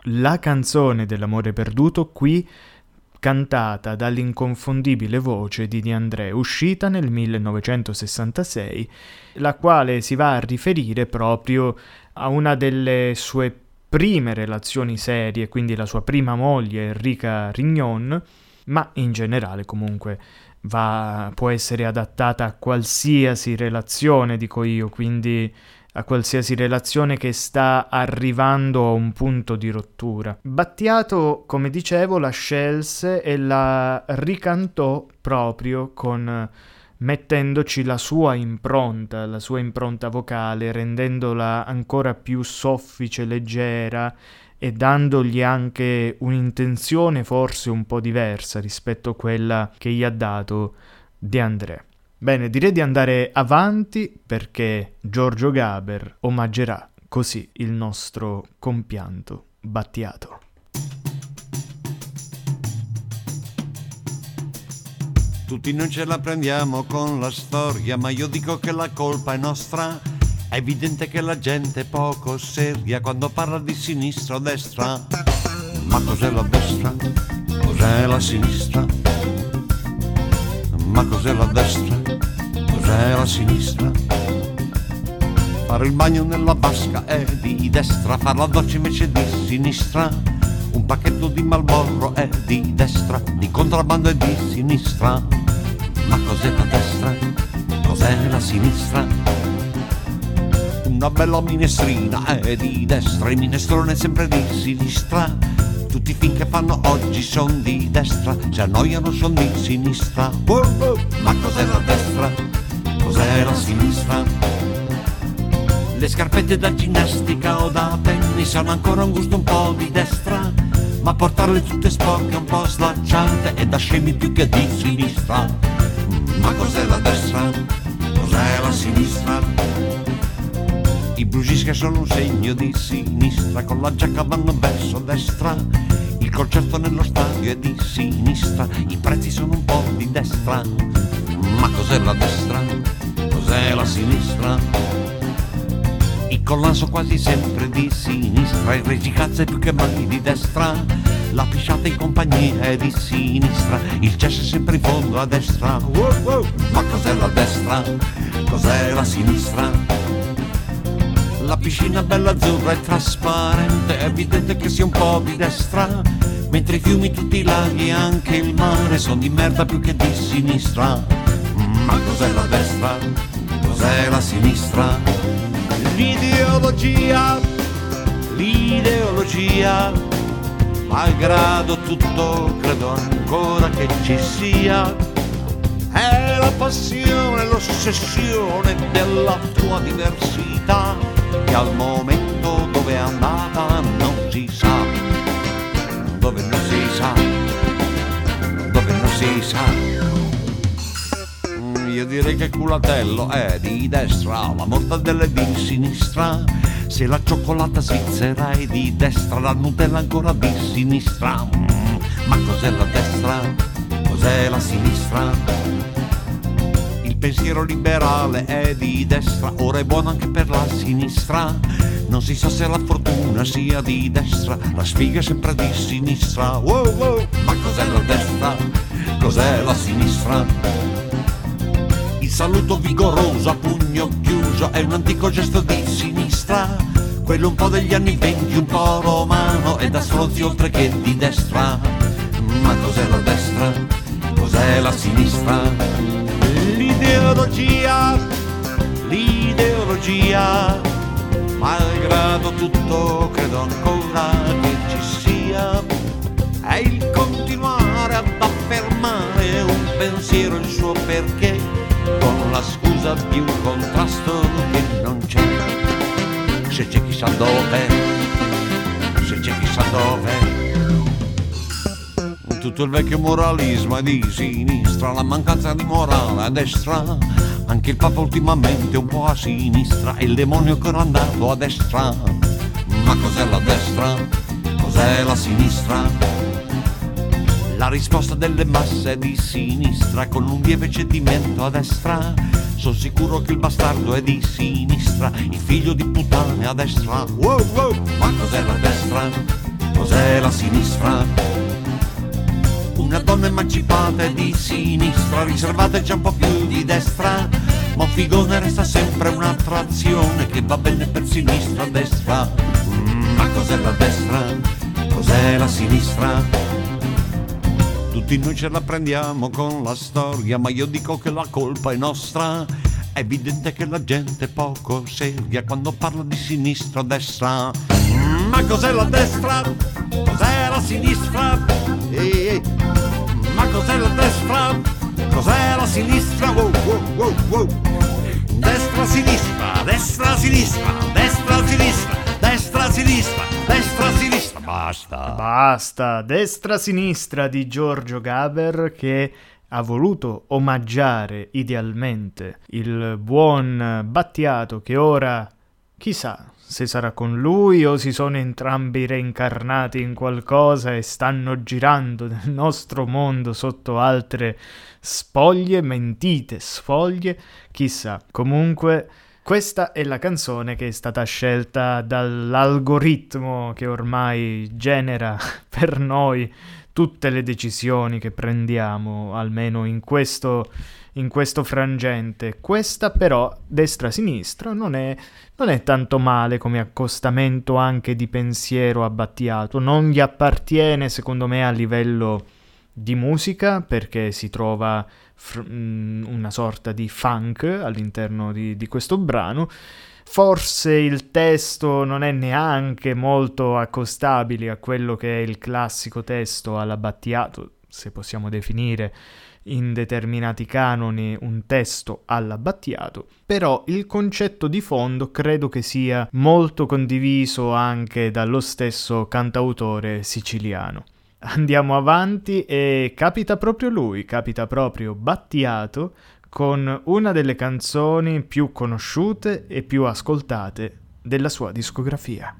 la canzone dell'amore perduto, qui cantata dall'inconfondibile voce di De André, uscita nel millenovecentosessantasei, la quale si va a riferire proprio a una delle sue prime relazioni serie, quindi la sua prima moglie Enrica Rignon, ma in generale comunque va, può essere adattata a qualsiasi relazione, dico io, quindi a qualsiasi relazione che sta arrivando a un punto di rottura. Battiato, come dicevo, la scelse e la ricantò proprio con mettendoci la sua impronta, la sua impronta vocale, rendendola ancora più soffice, leggera e dandogli anche un'intenzione forse un po' diversa rispetto a quella che gli ha dato De André. Bene, direi di andare avanti perché Giorgio Gaber omaggerà così il nostro compianto Battiato. Tutti noi ce la prendiamo con la storia, ma io dico che la colpa è nostra. È evidente che la gente è poco seria quando parla di sinistra o destra. Ma cos'è la destra? Cos'è la sinistra? Ma cos'è la destra? Cos'è la sinistra? Fare il bagno nella vasca è di destra, far la doccia invece di sinistra. Un pacchetto di Marlboro è di destra, di contrabbando è di sinistra. Ma cos'è la destra? Cos'è la sinistra? Una bella minestrina è di destra, il minestrone è sempre di sinistra. Tutti i film che fanno oggi son di destra, se annoiano son di sinistra. Wow, wow. Ma cos'è la destra? Cos'è la sinistra? Le scarpette da ginnastica o da tennis hanno ancora un gusto un po' di destra, ma portarle tutte sporche un po' slacciate è da scemi più che di sinistra. Ma cos'è la destra? Cos'è la sinistra? I Blue Jeans che sono un segno di sinistra, con la giacca vanno verso destra. Il concerto nello stadio è di sinistra, i prezzi sono un po' di destra. Ma cos'è la destra? Cos'è la sinistra? I collan sono quasi sempre di sinistra, il regicazzo è più che mai di destra. La pisciata in compagnia è di sinistra, il cesso è sempre in fondo a destra. Wow, wow. Ma cos'è la destra? Cos'è la sinistra? La piscina bella azzurra e trasparente, è evidente che sia un po' di destra. Mentre i fiumi, tutti i laghi e anche il mare sono di merda più che di sinistra. Ma cos'è la destra? Cos'è la sinistra? L'ideologia, l'ideologia, malgrado tutto credo ancora che ci sia. È la passione, l'ossessione della tua diversità, che al momento dove è andata non si sa, dove non si sa, dove non si sa. Io direi che il culatello è di destra, la mortadella è di sinistra. Se la cioccolata svizzera è di destra, la Nutella ancora di sinistra. Mm, ma cos'è la destra? Cos'è la sinistra? Il pensiero liberale è di destra, ora è buono anche per la sinistra. Non si sa se la fortuna sia di destra, la sfiga è sempre di sinistra. Wow, wow. Ma cos'è la destra? Cos'è la sinistra? Il saluto vigoroso a pugno chiuso è un antico gesto di sinistra, quello un po' degli anni venti, un po' romano e da stronzi oltre che di destra. Ma cos'è la destra? Cos'è la sinistra? L'ideologia, l'ideologia, malgrado tutto credo ancora che ci sia. È il continuare ad affermare un pensiero, il suo perché, con la scusa di un contrasto che non c'è. Se c'è chissà dove, se c'è chissà dove. Tutto il vecchio moralismo è di sinistra, la mancanza di morale a destra. Anche il Papa ultimamente un po' a sinistra, e il demonio che era andato a destra. Ma cos'è la destra? Cos'è la sinistra? La risposta delle masse è di sinistra, con un lieve cedimento a destra. Sono sicuro che il bastardo è di sinistra, il figlio di puttane a destra. Wow, wow. Ma cos'è la destra? cos'è la sinistra? Una donna emancipata e di sinistra, riservata e già un po' più di destra, ma un figone resta sempre un'attrazione che va bene per sinistra, destra. Mm, ma cos'è la destra? Cos'è la sinistra? Tutti noi ce la prendiamo con la storia, ma io dico che la colpa è nostra. È evidente che la gente è poco seria quando parla di sinistra, destra. Mm, ma cos'è la destra? Cos'è la sinistra? Ehi, ehi. Ma cos'è la destra? Cos'è la sinistra? Wow, wow, wow, wow. Destra, sinistra, destra, sinistra, destra, sinistra, destra, sinistra, destra, sinistra. Basta. Basta. Destra, sinistra di Giorgio Gaber, che ha voluto omaggiare idealmente il buon Battiato, che ora, chissà se sarà con lui o si sono entrambi reincarnati in qualcosa e stanno girando nel nostro mondo sotto altre spoglie, mentite sfoglie, chissà. Comunque questa è la canzone che è stata scelta dall'algoritmo che ormai genera per noi tutte le decisioni che prendiamo, almeno in questo, in questo frangente. Questa però, destra-sinistra, non è, non è tanto male come accostamento anche di pensiero a Battiato. Non gli appartiene, secondo me, a livello di musica, perché si trova fr- una sorta di funk all'interno di, di questo brano. Forse il testo non è neanche molto accostabile a quello che è il classico testo alla Battiato, se possiamo definire in determinati canoni un testo alla Battiato, però il concetto di fondo credo che sia molto condiviso anche dallo stesso cantautore siciliano. Andiamo avanti e capita proprio lui, capita proprio Battiato, con una delle canzoni più conosciute e più ascoltate della sua discografia.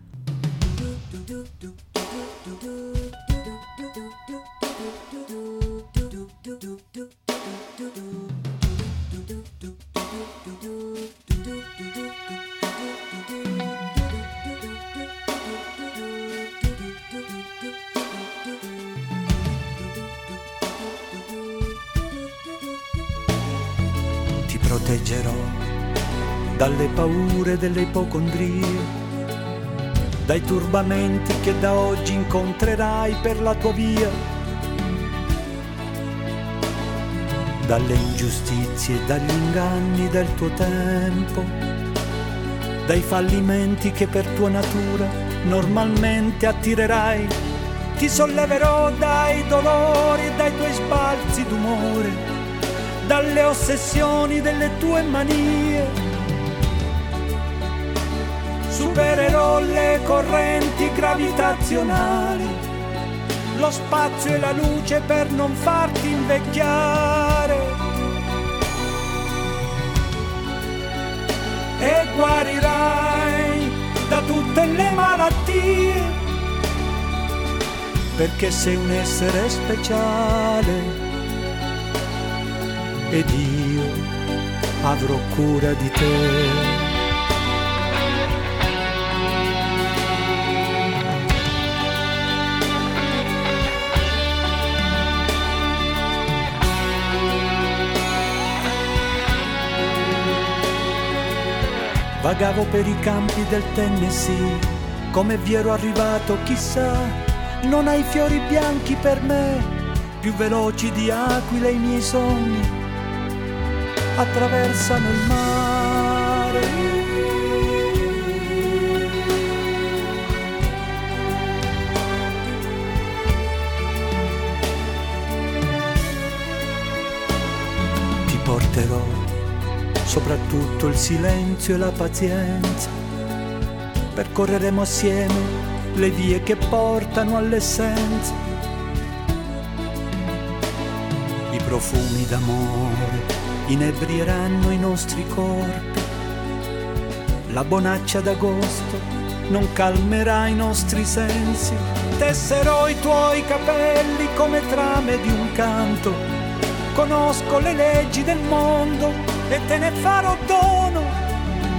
Proteggerò dalle paure delle ipocondrie, dai turbamenti che da oggi incontrerai per la tua via, dalle ingiustizie, dagli inganni del tuo tempo, dai fallimenti che per tua natura normalmente attirerai. Ti solleverò dai dolori e dai tuoi sbalzi d'umore, dalle ossessioni delle tue manie. Supererò le correnti gravitazionali, lo spazio e la luce per non farti invecchiare, e guarirai da tutte le malattie, perché sei un essere speciale ed io avrò cura di te. Vagavo per i campi del Tennessee, come vi ero arrivato chissà. Non hai fiori bianchi per me, più veloci di aquile i miei sogni attraversano il mare. Ti porterò soprattutto il silenzio e la pazienza, percorreremo assieme le vie che portano all'essenza. I profumi d'amore inebrieranno i nostri corpi, la bonaccia d'agosto non calmerà i nostri sensi. Tesserò i tuoi capelli come trame di un canto, conosco le leggi del mondo e te ne farò dono.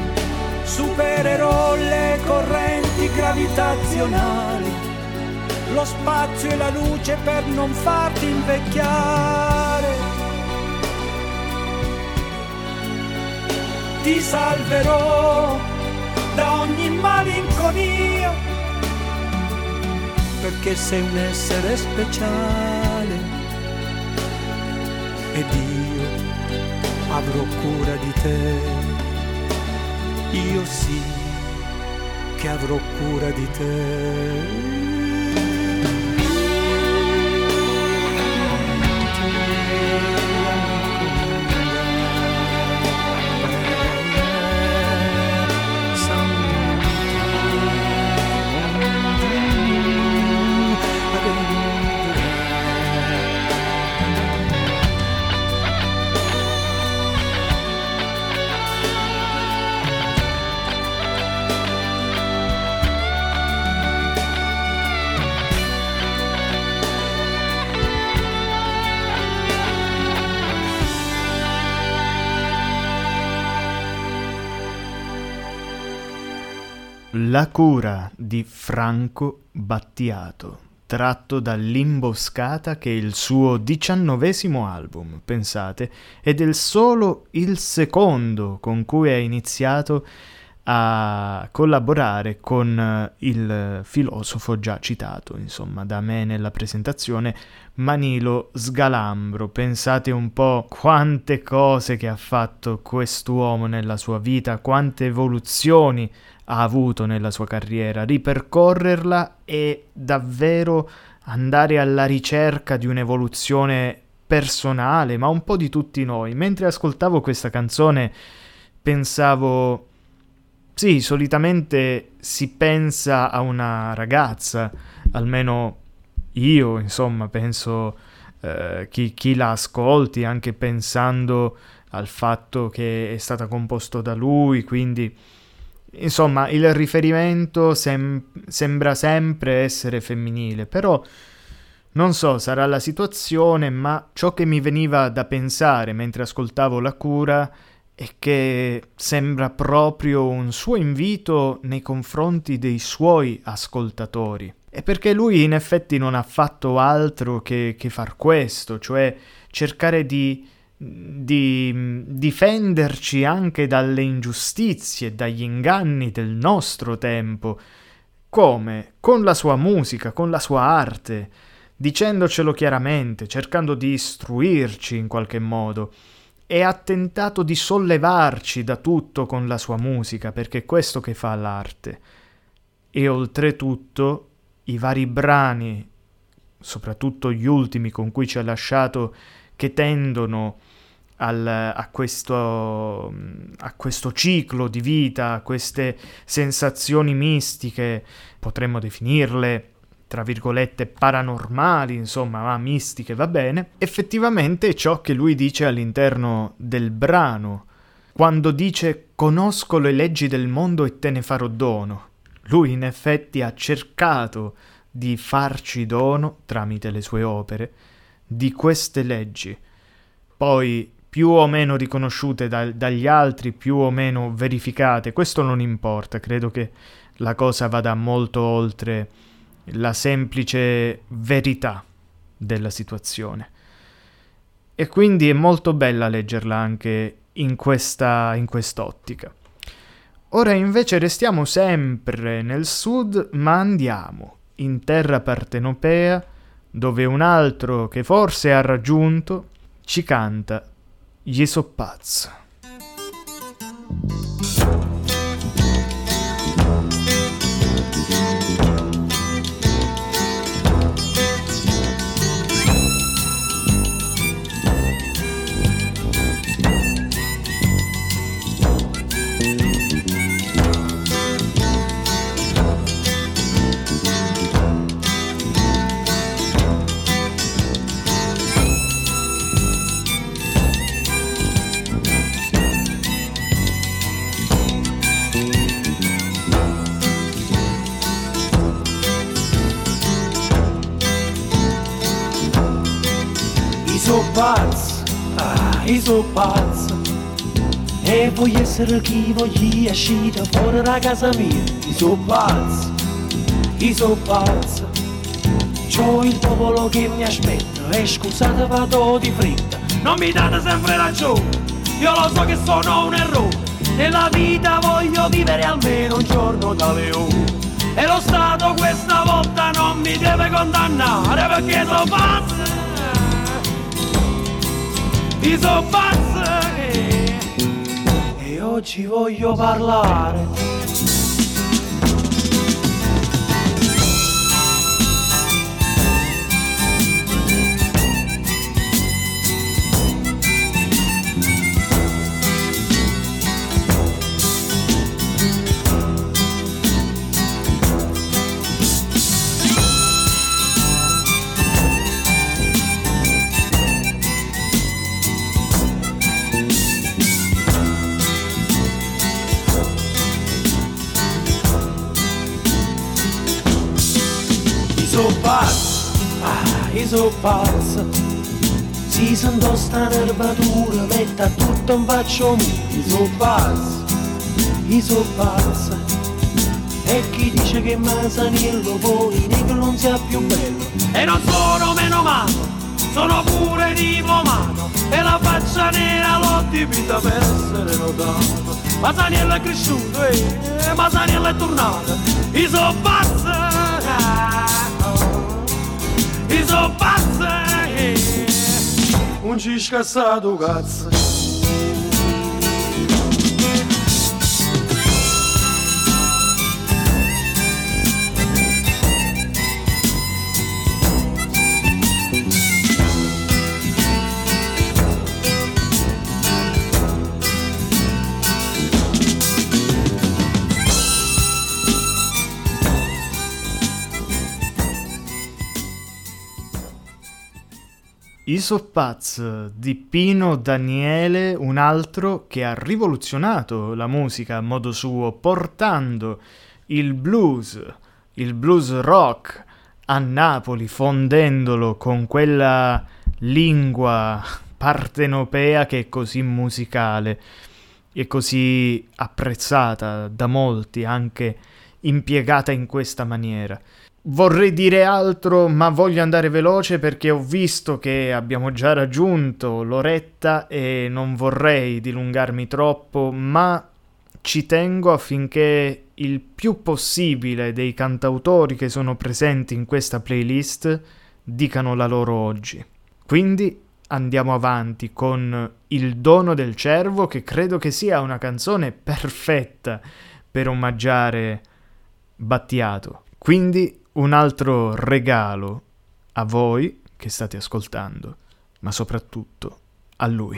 Supererò le correnti gravitazionali, lo spazio e la luce per non farti invecchiare. Ti salverò da ogni malinconia, perché sei un essere speciale ed io avrò cura di te. Io sì che avrò cura di te. La cura di Franco Battiato, tratto dall'Imboscata, che è il suo diciannovesimo album, pensate, ed è solo il secondo con cui ha iniziato a collaborare con il filosofo già citato, insomma, da me nella presentazione, Manilo Sgalambro. Pensate un po' quante cose che ha fatto quest'uomo nella sua vita, quante evoluzioni ha avuto nella sua carriera. Ripercorrerla e davvero andare alla ricerca di un'evoluzione personale, ma un po' di tutti noi. Mentre ascoltavo questa canzone pensavo, sì, solitamente si pensa a una ragazza, almeno io, insomma, penso eh, chi, chi la ascolti, anche pensando al fatto che è stata composta da lui, quindi insomma il riferimento sem- sembra sempre essere femminile, però non so, sarà la situazione, ma ciò che mi veniva da pensare mentre ascoltavo La cura è che sembra proprio un suo invito nei confronti dei suoi ascoltatori. E perché lui in effetti non ha fatto altro che, che far questo, cioè cercare di, di difenderci anche dalle ingiustizie, dagli inganni del nostro tempo. Come? Con la sua musica, con la sua arte, dicendocelo chiaramente, cercando di istruirci in qualche modo. E ha tentato di sollevarci da tutto con la sua musica, perché è questo che fa l'arte. E oltretutto i vari brani, soprattutto gli ultimi con cui ci ha lasciato, che tendono al, a, questo, a questo ciclo di vita, a queste sensazioni mistiche, potremmo definirle tra virgolette paranormali, insomma, ma mistiche va bene, effettivamente è ciò che lui dice all'interno del brano, quando dice «conosco le leggi del mondo e te ne farò dono». Lui in effetti ha cercato di farci dono, tramite le sue opere, di queste leggi, poi più o meno riconosciute da, dagli altri, più o meno verificate, questo non importa, credo che la cosa vada molto oltre la semplice verità della situazione. E quindi è molto bella leggerla anche in questa in quest'ottica. Ora invece restiamo sempre nel sud, ma andiamo in terra partenopea, dove un altro che forse ha raggiunto ci canta Gli so pazzo. So pazzo, ah, io so pazzo, e voglio essere chi voglio uscire fuori da casa mia. Io so pazzo, io so pazzo, c'ho il popolo che mi aspetta e scusate vado di fretta. Non mi date sempre ragione, io lo so che sono un errore. Nella vita voglio vivere almeno un giorno da leone. E lo Stato questa volta non mi deve condannare perché sono pazzo. Io sono pazzo. E oggi voglio parlare. Io sono pazzo, si sento sta nervatura, metta tutto in faccio mio. Io sono pazzo, io sono pazzo, e chi dice che Masaniello poi che non sia più bello. E non sono meno male, sono pure diplomato, e la faccia nera l'ho dipinta per essere notato. Masaniello è cresciuto e Masaniello è tornato. Io sono pazzo. Io sono pazzo, non ci scassato cazzo. I so pazz di Pino Daniele, un altro che ha rivoluzionato la musica a modo suo, portando il blues, il blues rock a Napoli, fondendolo con quella lingua partenopea che è così musicale e così apprezzata da molti, anche impiegata in questa maniera. Vorrei dire altro, ma voglio andare veloce perché ho visto che abbiamo già raggiunto l'oretta e non vorrei dilungarmi troppo, ma ci tengo affinché il più possibile dei cantautori che sono presenti in questa playlist dicano la loro oggi. Quindi andiamo avanti con Il dono del cervo, che credo che sia una canzone perfetta per omaggiare Battiato. Quindi un altro regalo a voi che state ascoltando, ma soprattutto a lui.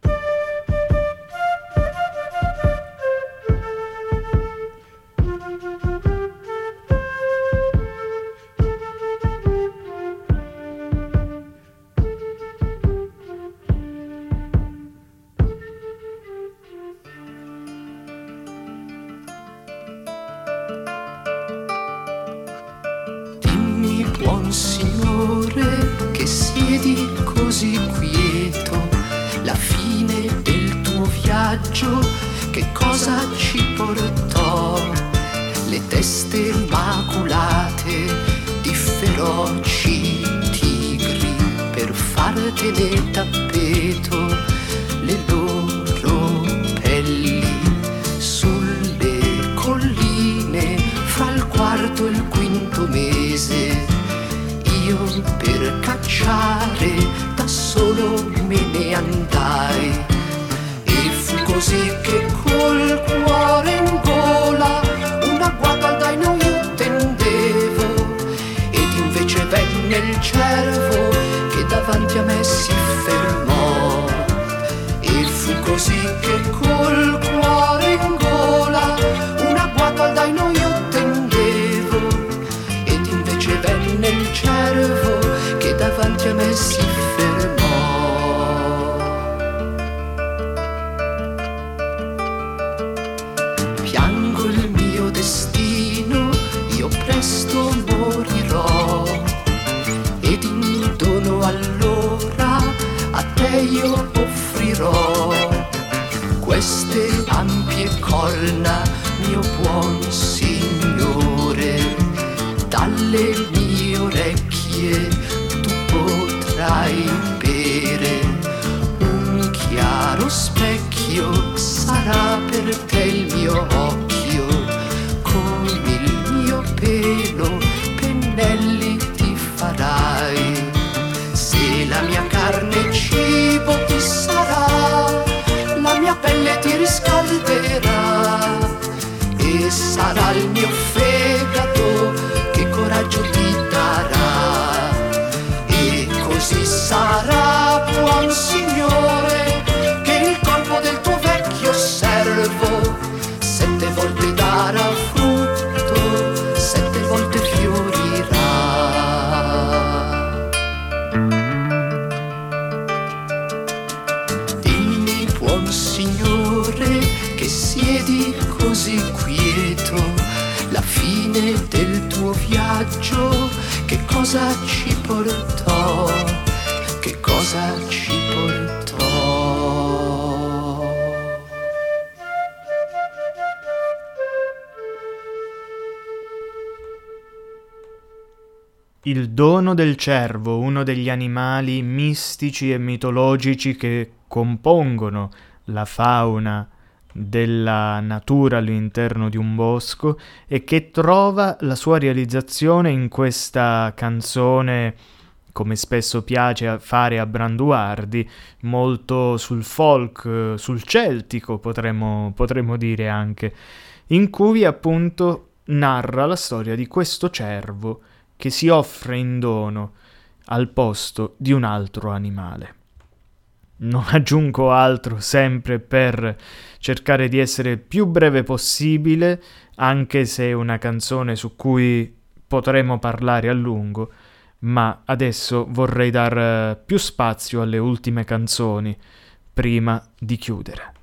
Signore, che siedi così quieto, la fine del tuo viaggio che cosa ci portò? Le teste maculate di feroci tigri per fartene tappeto le loro pelli sulle colline fra il quarto e il quinto mese. Io per cacciare da solo me ne andai, e fu così che col cuore in gola una guagaldaino io tendevo, ed invece venne il cervo che davanti a me si fermò. pelo, pennelli ti farai. Se la mia carne cibo ti sarà, la mia pelle ti riscalderà, e sarà il mio fegato che coraggio ti darà. E così sarà, buon Signore, che il corpo del tuo vecchio servo sette volte darà frutto, sette volte fiorirà. Dimmi, buon Signore, che siedi così quieto, la fine del tuo viaggio che cosa ci portò, che cosa ci portò. Il dono del cervo, uno degli animali mistici e mitologici che compongono la fauna della natura all'interno di un bosco e che trova la sua realizzazione in questa canzone, come spesso piace fare a Branduardi, molto sul folk, sul celtico potremmo, potremmo dire anche, in cui appunto narra la storia di questo cervo che si offre in dono al posto di un altro animale. Non aggiungo altro, sempre per cercare di essere il più breve possibile, anche se è una canzone su cui potremo parlare a lungo, ma adesso vorrei dar più spazio alle ultime canzoni prima di chiudere.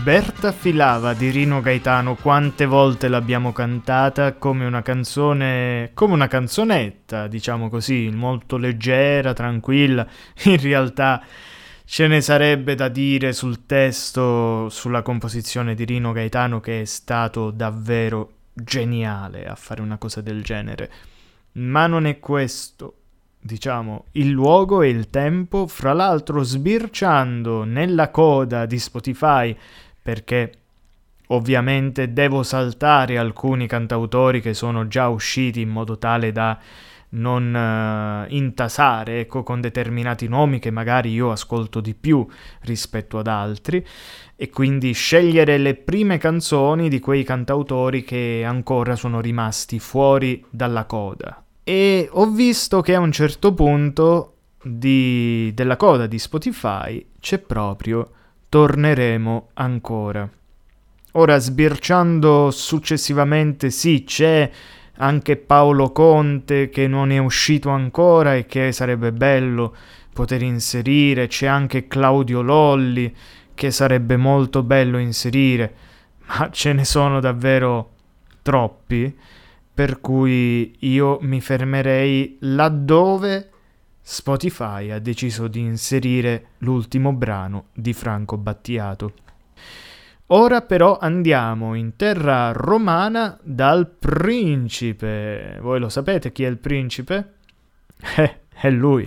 Berta Filava di Rino Gaetano, quante volte l'abbiamo cantata come una canzone, come una canzonetta, diciamo così, molto leggera, tranquilla. In realtà ce ne sarebbe da dire sul testo, sulla composizione di Rino Gaetano, che è stato davvero geniale a fare una cosa del genere. Ma non è questo, diciamo, il luogo e il tempo. Fra l'altro, sbirciando nella coda di Spotify, perché ovviamente devo saltare alcuni cantautori che sono già usciti in modo tale da non uh, intasare, ecco, con determinati nomi che magari io ascolto di più rispetto ad altri, e quindi scegliere le prime canzoni di quei cantautori che ancora sono rimasti fuori dalla coda. E ho visto che a un certo punto di, della coda di Spotify c'è proprio Torneremo ancora. Ora, sbirciando successivamente, sì, c'è anche Paolo Conte che non è uscito ancora e che sarebbe bello poter inserire, c'è anche Claudio Lolli che sarebbe molto bello inserire, ma ce ne sono davvero troppi, per cui io mi fermerei laddove Spotify ha deciso di inserire l'ultimo brano di Franco Battiato. Ora però andiamo in terra romana dal principe. Voi lo sapete chi è il principe? Eh, è lui.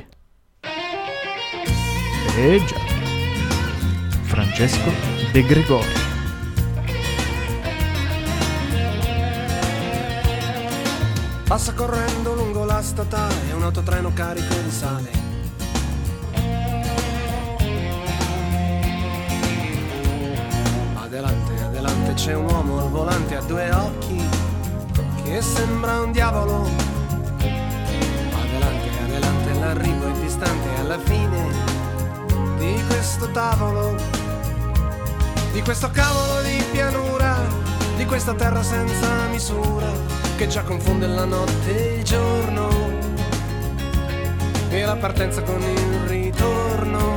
Eh già. Francesco De Gregori. Passa correndo lungo la statale un autotreno carico di sale. Adelante, adelante c'è un uomo al volante a due occhi che sembra un diavolo. Adelante, adelante l'arrivo è distante alla fine di questo tavolo, di questo cavolo di pianura, di questa terra senza misura che già confonde la notte e il giorno e la partenza con il ritorno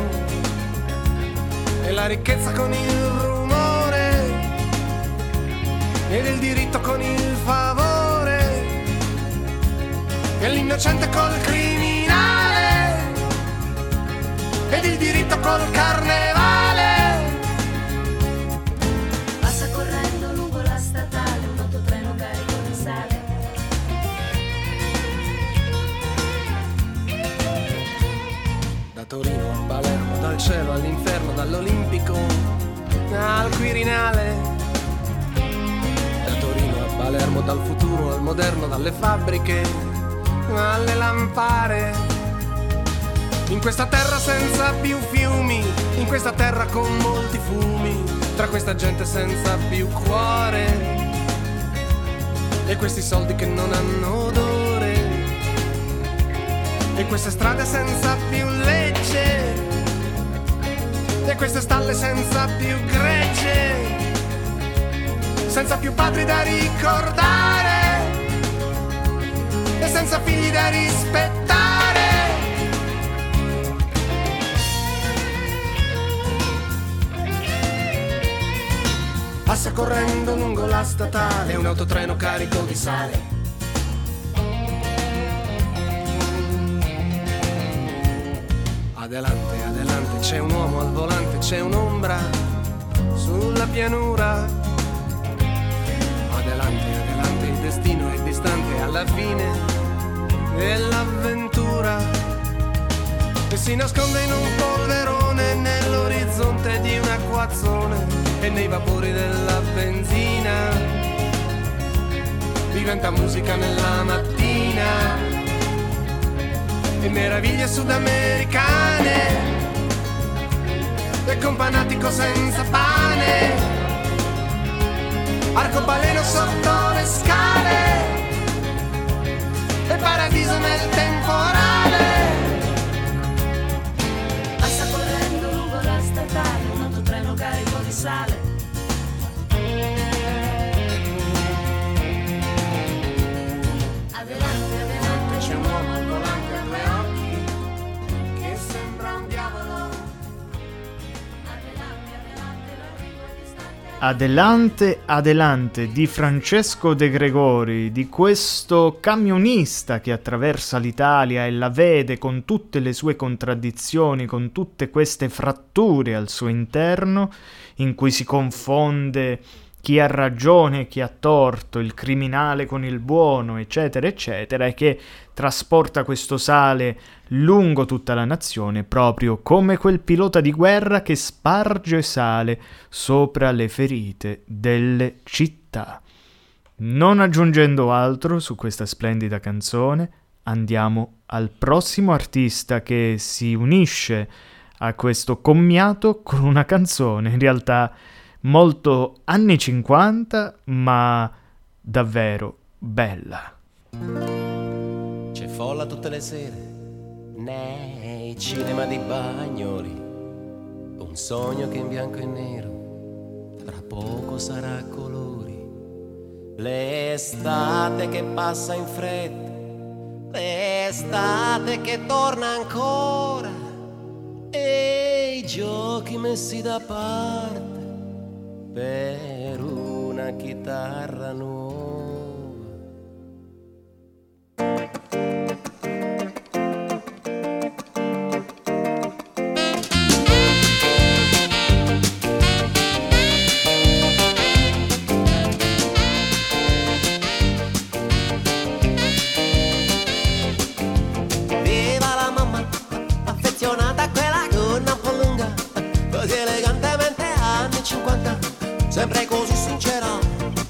e la ricchezza con il rumore ed il diritto con il favore e l'innocente col criminale ed il diritto col carnevale. Passa correndo lungo la statale un autotreno carico di sale. Da Torino a Palermo, dal cielo all'inferno, dall'Olimpico al Quirinale. Da Torino a Palermo, dal futuro al moderno, dalle fabbriche alle lampare. In questa terra senza più fiumi, in questa terra con molti fumi, tra questa gente senza più cuore e questi soldi che non hanno odore e queste strade senza più legge e queste stalle senza più gregge, senza più padri da ricordare e senza figli da rispettare. Passa correndo lungo la statale un autotreno carico di sale. Adelante, adelante, c'è un uomo al volante, c'è un'ombra sulla pianura. Adelante, adelante, il destino è distante alla fine dell'avventura e si nasconde in un polverone nell'orizzonte di un acquazzone e nei vapori della benzina diventa musica nella mattina e meraviglie sudamericane e companatico senza pane, arcobaleno sotto le scale e paradiso nel temporale. Passa correndo lungo la statale un autotreno carico di sale. Adelante, adelante, c'è un uomo al volante a due occhi che sembra un diavolo. Adelante, adelante, l'arrivo è distante. Adelante, adelante di Francesco De Gregori, di questo camionista che attraversa l'Italia e la vede con tutte le sue contraddizioni, con tutte queste fratture al suo interno, in cui si confonde chi ha ragione e chi ha torto, il criminale con il buono, eccetera, eccetera, e che trasporta questo sale lungo tutta la nazione, proprio come quel pilota di guerra che sparge sale sopra le ferite delle città. Non aggiungendo altro su questa splendida canzone, andiamo al prossimo artista che si unisce a questo commiato con una canzone, in realtà molto anni cinquanta, ma davvero bella. C'è folla tutte le sere nei cinema di Bagnoli, un sogno che in bianco e nero tra poco sarà a colori, l'estate che passa in fretta, l'estate che torna ancora, e i giochi messi da parte per una chitarra nuova. Viva la mamma affezionata a quella gonna un po' lunga, così elegantemente anni cinquanta, sempre così sincera.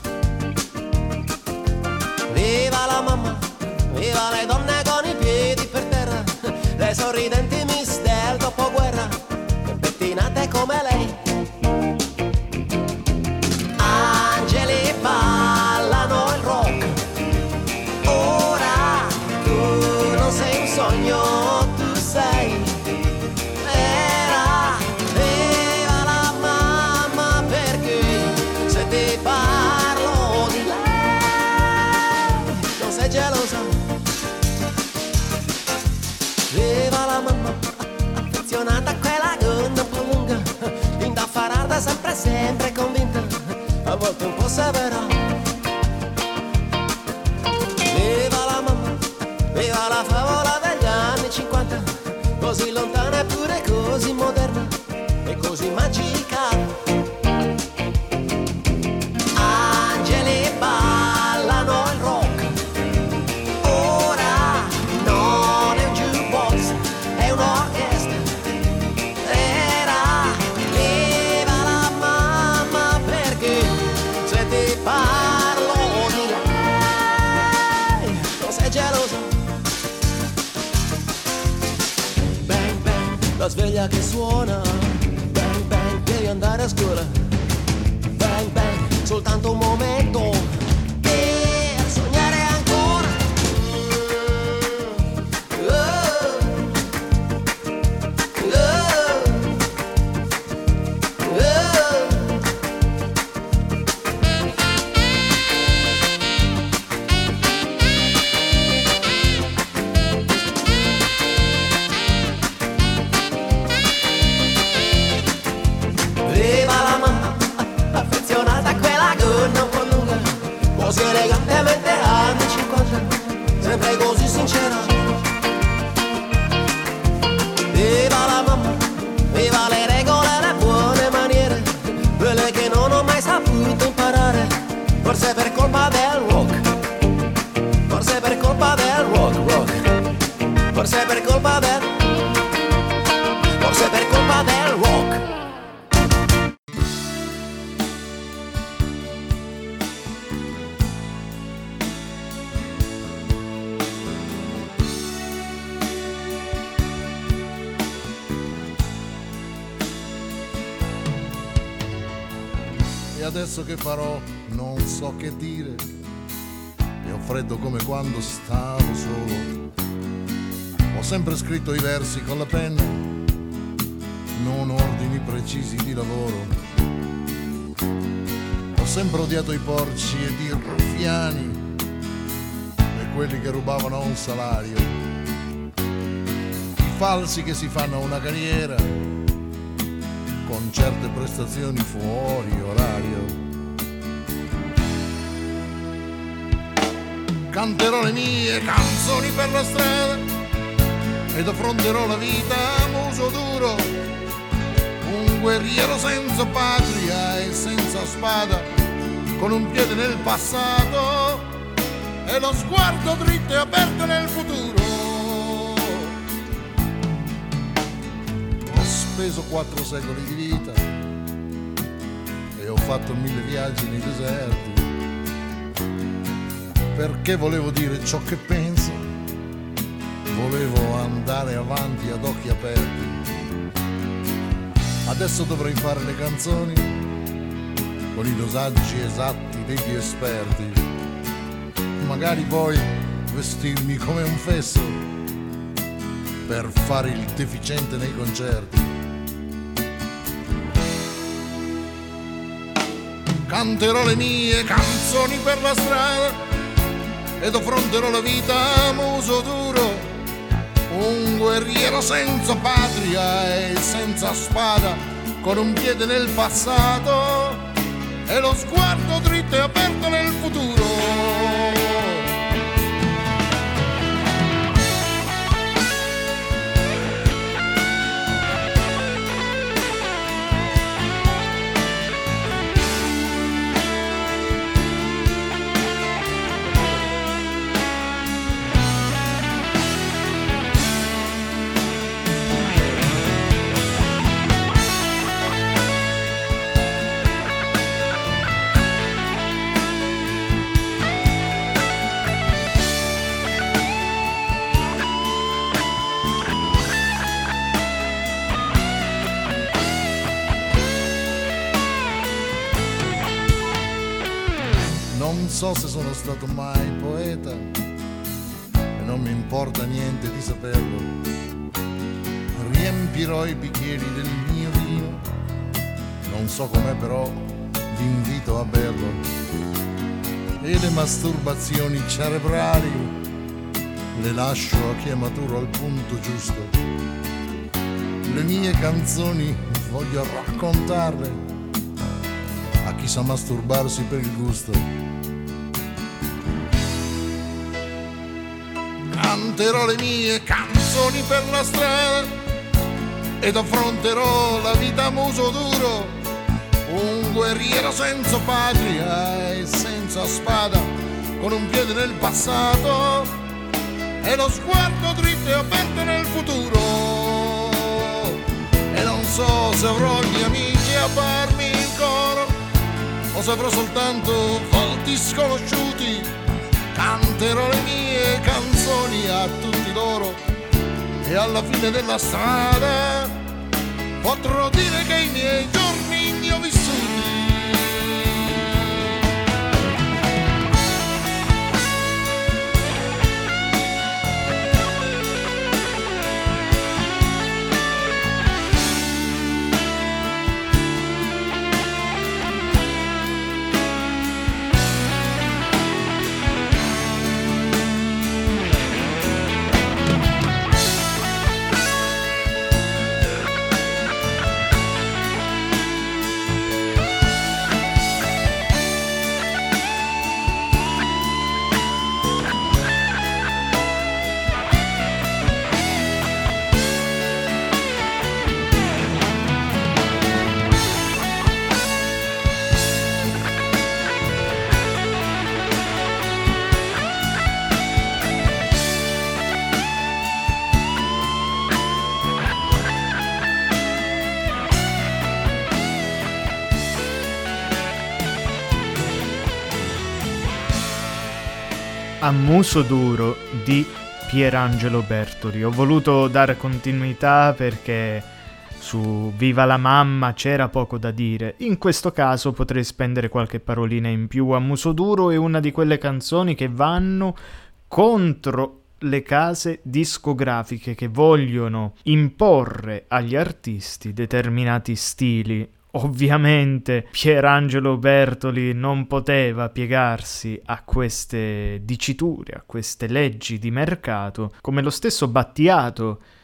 Viva la mamma, viva le donne con i piedi per terra, le sorridenti miss del dopoguerra, pettinate come lei. Angeli ballano il rock, ora tu non sei un sogno, tu sei vera. Viva la mamma, perché se ti parlo di lei non sei gelosa. Viva la mamma affezionata a quella gonna un po' lunga, indaffarata, sempre sempre convinta, a volte un po' severa. Viva la mamma, viva la favola degli anni cinquanta, così lontana eppure così moderna e così magica. Angeli ballano il rock, ora non è un jukebox, è un'orchestra vera. Viva la mamma, perché se ti parlo di lei non sei gelosa. Bang bang, la sveglia che suona, bang bang, devi andare a scuola. Bang bang, soltanto un momento per sognare ancora. Oh, oh, oh. Viva la mamma affezionata a quella gonna un po' lunga, così elegantemente anni cinquanta, sempre così sincera. Viva la mamma, viva le regole e le buone maniere, quelle che non ho mai saputo imparare, forse per colpa del rock, forse per colpa del rock, rock, forse per colpa del, forse per colpa del rock. E adesso che farò non so che dire, e ho freddo come quando stavo solo. Ho sempre scritto i versi con la penna, non ordini precisi di lavoro. Ho sempre odiato i porci ed i ruffiani e quelli che rubavano un salario, i falsi che si fanno una carriera con con certe prestazioni fuori orario. Canterò le mie canzoni per la strada ed affronterò la vita a muso duro, un guerriero senza patria e senza spada, con un piede nel passato e lo sguardo dritto e aperto nel futuro. Ho speso quattro secoli di vita e ho fatto mille viaggi nei deserti, perché volevo dire ciò che penso, volevo andare avanti ad occhi aperti. Adesso dovrei fare le canzoni con i dosaggi esatti dei più esperti, magari poi vestirmi come un fesso per fare il deficiente nei concerti. Canterò le mie canzoni per la strada ed affronterò la vita a muso duro, un guerriero senza patria e senza spada, con un piede nel passato e lo sguardo dritto e aperto nel futuro. Non so se sono stato mai poeta e non mi importa niente di saperlo. Riempirò i bicchieri del mio vino, non so com'è però vi invito a berlo. E le masturbazioni cerebrali le lascio a chi è maturo al punto giusto. Le mie canzoni voglio raccontarle a chi sa masturbarsi per il gusto. Canterò le mie canzoni per la strada ed affronterò la vita a muso duro, un guerriero senza patria e senza spada, con un piede nel passato e lo sguardo dritto e aperto nel futuro. E non so se avrò gli amici a farmi il coro o se avrò soltanto volti sconosciuti. Canterò le mie canzoni a tutti loro e alla fine della strada potrò dire che i miei giorni li ho vissuti. A muso duro di Pierangelo Bertoli. Ho voluto dare continuità perché su Viva la mamma c'era poco da dire. In questo caso potrei spendere qualche parolina in più. A muso duro è una di quelle canzoni che vanno contro le case discografiche che vogliono imporre agli artisti determinati stili. Ovviamente Pierangelo Bertoli non poteva piegarsi a queste diciture, a queste leggi di mercato, come lo stesso Battiato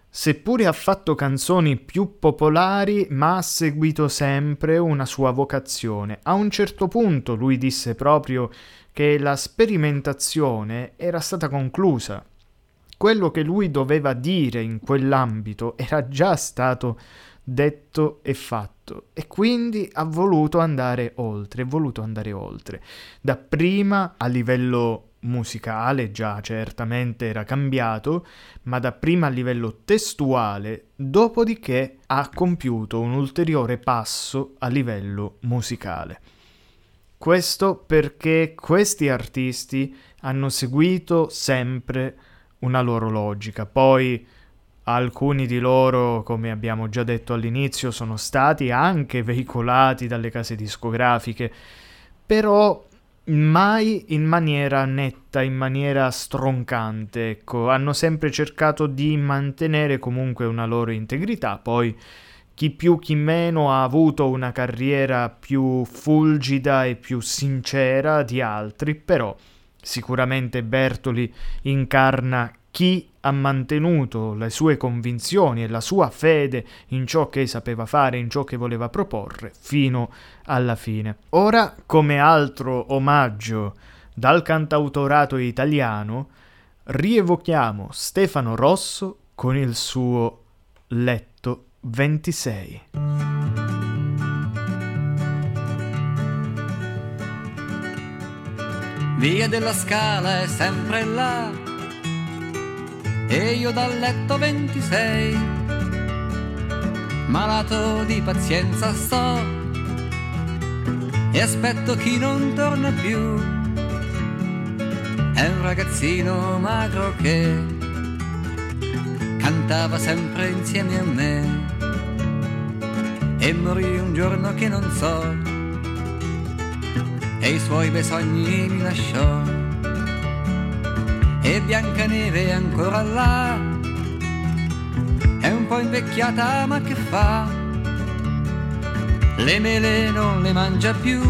seppure ha fatto canzoni più popolari, ma ha seguito sempre una sua vocazione. A un certo punto lui disse proprio che la sperimentazione era stata conclusa. Quello che lui doveva dire in quell'ambito era già stato detto e fatto, e quindi ha voluto andare oltre, è voluto andare oltre. Dapprima a livello musicale già certamente era cambiato, ma dapprima a livello testuale, dopodiché ha compiuto un ulteriore passo a livello musicale. Questo perché questi artisti hanno seguito sempre una loro logica. Poi alcuni di loro, come abbiamo già detto all'inizio, sono stati anche veicolati dalle case discografiche, però mai in maniera netta, in maniera stroncante, ecco. Hanno sempre cercato di mantenere comunque una loro integrità. Poi chi più chi meno ha avuto una carriera più fulgida e più sincera di altri, però sicuramente Bertoli incarna chi ha mantenuto le sue convinzioni e la sua fede in ciò che sapeva fare, in ciò che voleva proporre, fino alla fine. Ora, come altro omaggio dal cantautorato italiano, rievochiamo Stefano Rosso con il suo Letto ventisei. Via della Scala è sempre là e io dal letto ventisei, malato di pazienza sto e aspetto chi non torna più. È un ragazzino magro che cantava sempre insieme a me e morì un giorno che non so e i suoi bei sogni mi lasciò. E Biancaneve è ancora là, è un po' invecchiata ma che fa, le mele non le mangia più,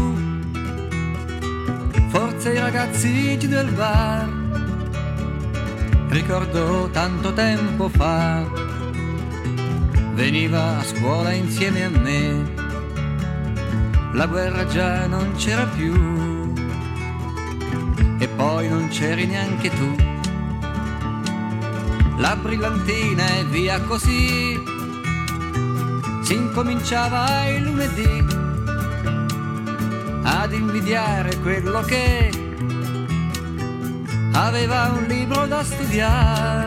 forse i ragazzi giù del bar. Ricordo tanto tempo fa, veniva a scuola insieme a me, la guerra già non c'era più e poi non c'eri neanche tu. La brillantina e via così, si incominciava il lunedì ad invidiare quello che aveva un libro da studiare.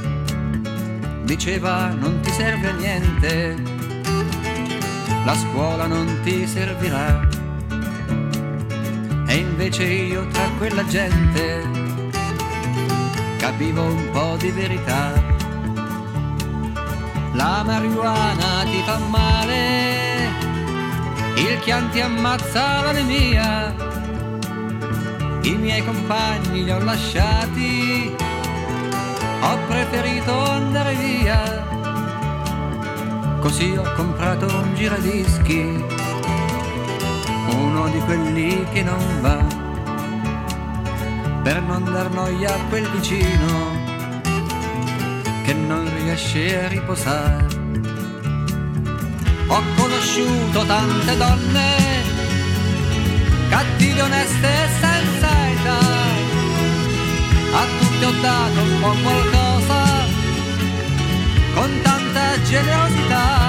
Diceva non ti serve a niente, la scuola non ti servirà. E invece io tra quella gente capivo un po' di verità. La marijuana ti fa male, il Chianti ammazza l'anemia, i miei compagni li ho lasciati, ho preferito andare via. Così ho comprato un giradischi, uno di quelli che non va, per non dar noia a quel vicino che non riesce a riposare. Ho conosciuto tante donne, cattive, oneste e senza età, a tutte ho dato un po' qualcosa, con tanta generosità.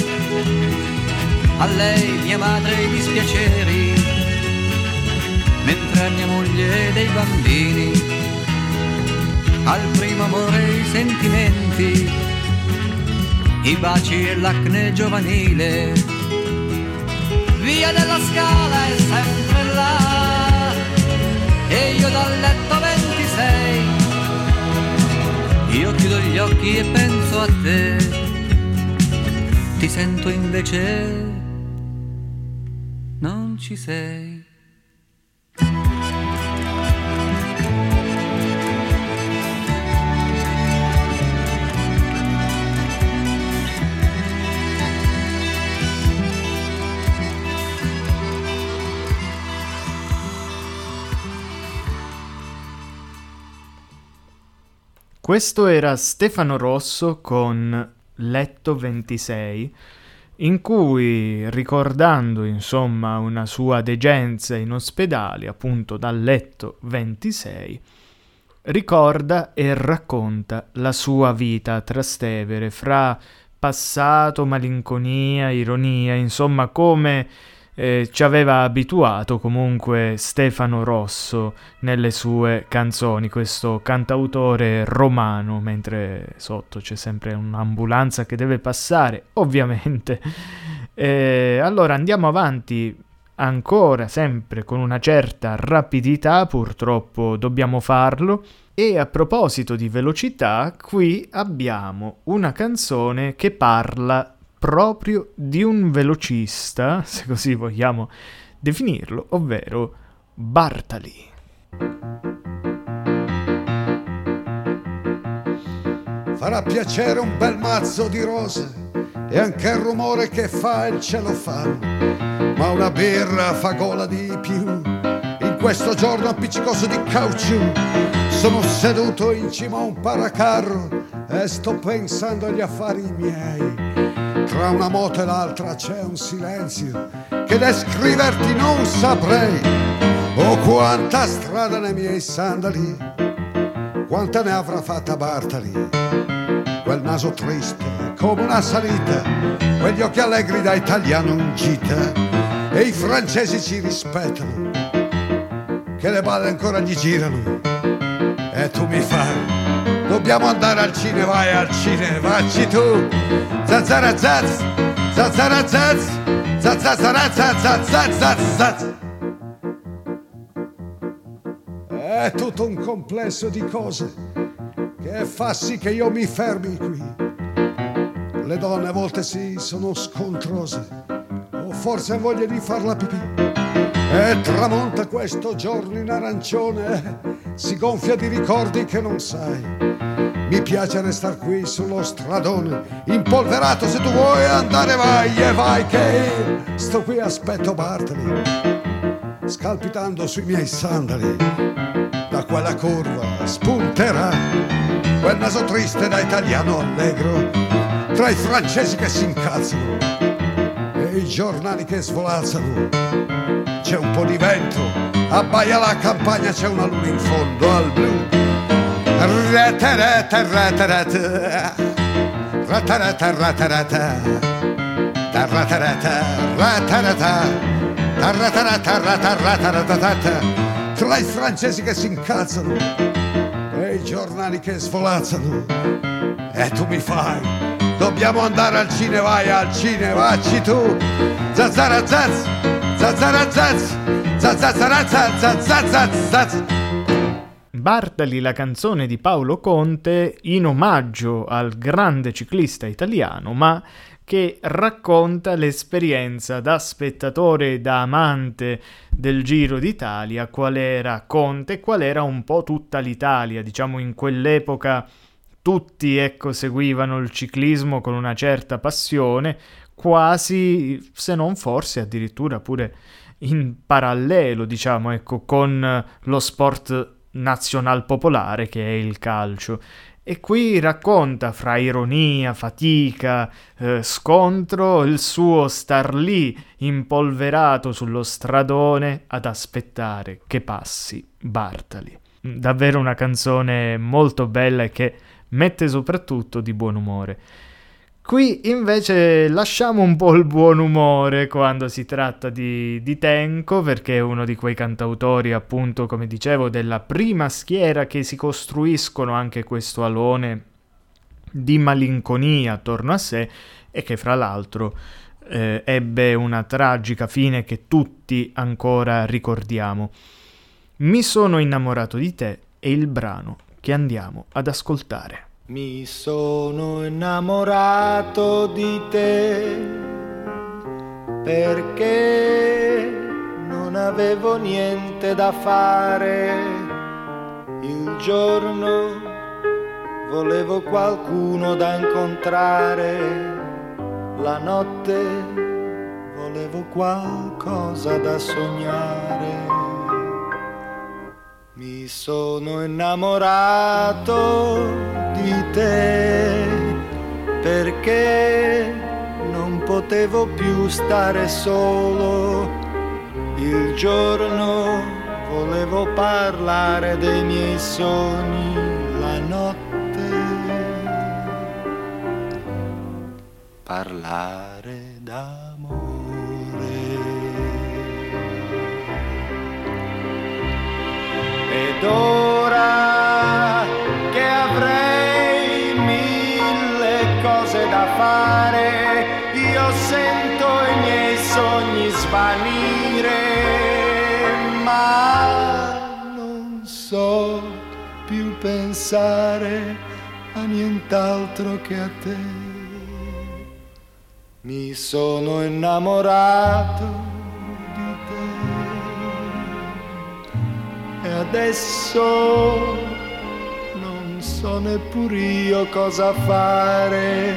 A lei mia madre i dispiaceri, mentre a mia moglie dei bambini, al primo amore i sentimenti, i baci e l'acne giovanile. Via della Scala è sempre là e io dal letto ventisei, io chiudo gli occhi e penso a te, ti sento invece non ci sei. Questo era Stefano Rosso con Letto ventisei, in cui, ricordando insomma una sua degenza in ospedale, appunto dal letto ventisei, ricorda e racconta la sua vita a Trastevere, fra passato, malinconia, ironia, insomma come eh, ci aveva abituato comunque Stefano Rosso nelle sue canzoni, questo cantautore romano, mentre sotto c'è sempre un'ambulanza che deve passare, ovviamente. Eh, allora andiamo avanti ancora, sempre con una certa rapidità, purtroppo dobbiamo farlo. E a proposito di velocità, qui abbiamo una canzone che parla proprio di un velocista, se così vogliamo definirlo, ovvero Bartali. Farà piacere un bel mazzo di rose e anche il rumore che fa il celofano, ma una birra fa gola di più in questo giorno appiccicoso di caucciù. Sono seduto in cima a un paracarro e sto pensando agli affari miei. Tra una moto e l'altra c'è un silenzio che descriverti non saprei. Oh, quanta strada nei miei sandali, quanta ne avrà fatta Bartali. Quel naso triste come una salita, quegli occhi allegri da italiano in gita, e i francesi ci rispettano, che le balle ancora gli girano. E tu mi fai, dobbiamo andare al cinema, vai al cinema, vacci tu. Zazzarazaz, zazzarazaz, zazzarazaz. È tutto un complesso di cose che fa sì che io mi fermi qui. Le donne a volte sì sono scontrose, o forse hanno voglia di far la pipì. E tramonta questo giorno in arancione, si gonfia di ricordi che non sai. Mi piace restar qui sullo stradone, impolverato, se tu vuoi andare vai e vai, che io sto qui aspetto Bartali, scalpitando sui miei sandali. Da quella curva spunterà quel naso triste da italiano allegro, tra i francesi che si incazzano e i giornali che svolazzano. C'è un po' di vento, abbaia la campagna, c'è una luna in fondo al blu. Rata rata rata rata rata rata rata rata rata rata rata rata, tra i francesi che si incazzano e i giornali che svolazzano. E tu mi fai, dobbiamo andare al cinema, vai al cinema, vacci tu. Zazzarazaz, zazzarazaz, zazzarazaz, zazzarazaz. Bartali, la canzone di Paolo Conte in omaggio al grande ciclista italiano, ma che racconta l'esperienza da spettatore e da amante del Giro d'Italia, qual era Conte, qual era un po' tutta l'Italia. Diciamo, in quell'epoca tutti, ecco, seguivano il ciclismo con una certa passione, quasi, se non forse addirittura pure in parallelo, diciamo, ecco, con lo sport nazional popolare che è il calcio. E qui racconta, fra ironia, fatica, eh, scontro, il suo star lì impolverato sullo stradone ad aspettare che passi Bartali. Davvero una canzone molto bella e che mette soprattutto di buon umore. Qui invece lasciamo un po' il buon umore quando si tratta di, di Tenco, perché è uno di quei cantautori, appunto, come dicevo, della prima schiera che si costruiscono anche questo alone di malinconia attorno a sé e che fra l'altro eh, ebbe una tragica fine che tutti ancora ricordiamo. Mi sono innamorato di te è il brano che andiamo ad ascoltare. Mi sono innamorato di te perché non avevo niente da fare. Il giorno volevo qualcuno da incontrare, la notte volevo qualcosa da sognare. Mi sono innamorato di te perché non potevo più stare solo. Il giorno volevo parlare dei miei sogni, la notte parlare d'amore. Ed ora che avrei mille cose da fare, io sento i miei sogni svanire, ma non so più pensare a nient'altro che a te. Mi sono innamorato e adesso non so neppur io cosa fare.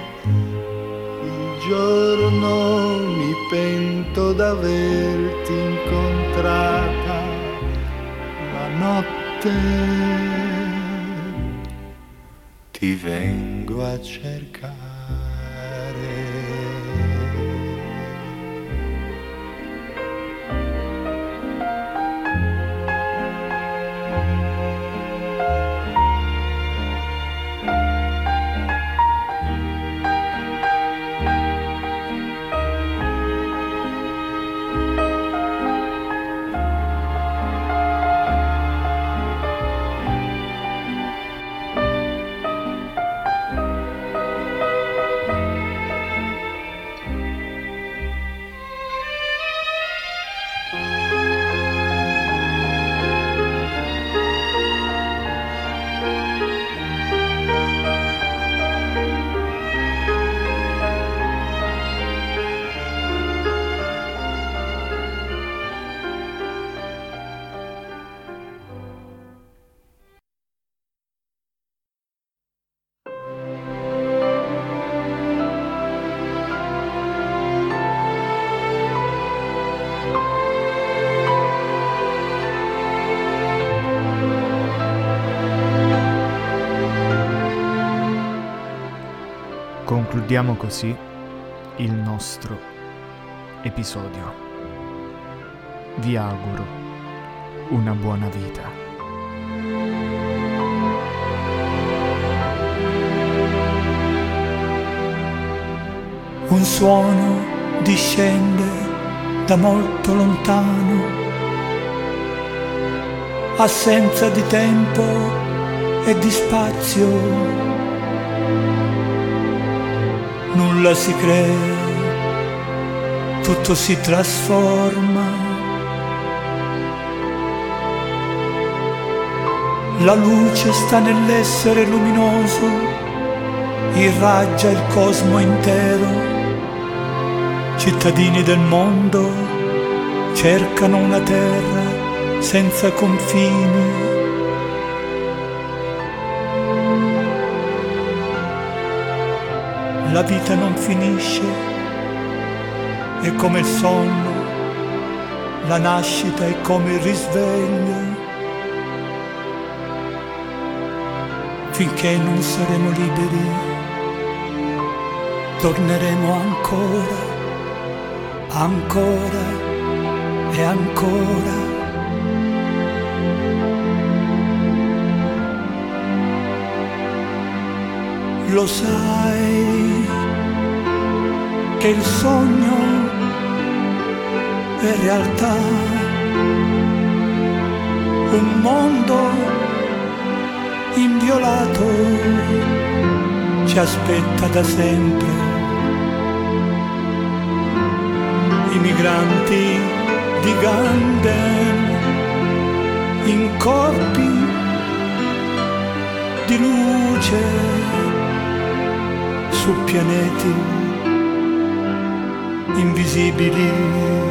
Il giorno mi pento d'averti incontrata, la notte ti vengo a cercare. Concludiamo così il nostro episodio. Vi auguro una buona vita. Un suono discende da molto lontano, assenza di tempo e di spazio. Nulla si crea, tutto si trasforma. La luce sta nell'essere luminoso, irraggia il cosmo intero. Cittadini del mondo cercano una terra senza confini. La vita non finisce, è come il sonno, la nascita è come il risveglio. Finché non saremo liberi, torneremo ancora, ancora e ancora. Lo sai che il sogno è realtà, un mondo inviolato ci aspetta da sempre. I migranti di Ganden in corpi di luce su pianeti invisibili.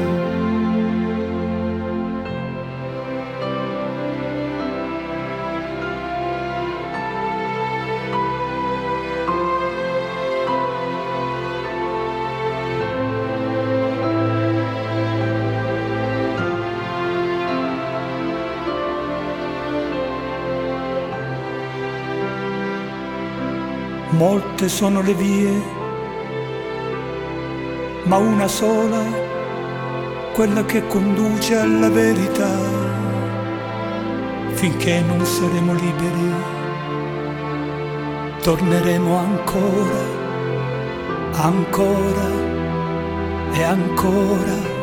Molte sono le vie, ma una sola, quella che conduce alla verità. Finché non saremo liberi, torneremo ancora, ancora e ancora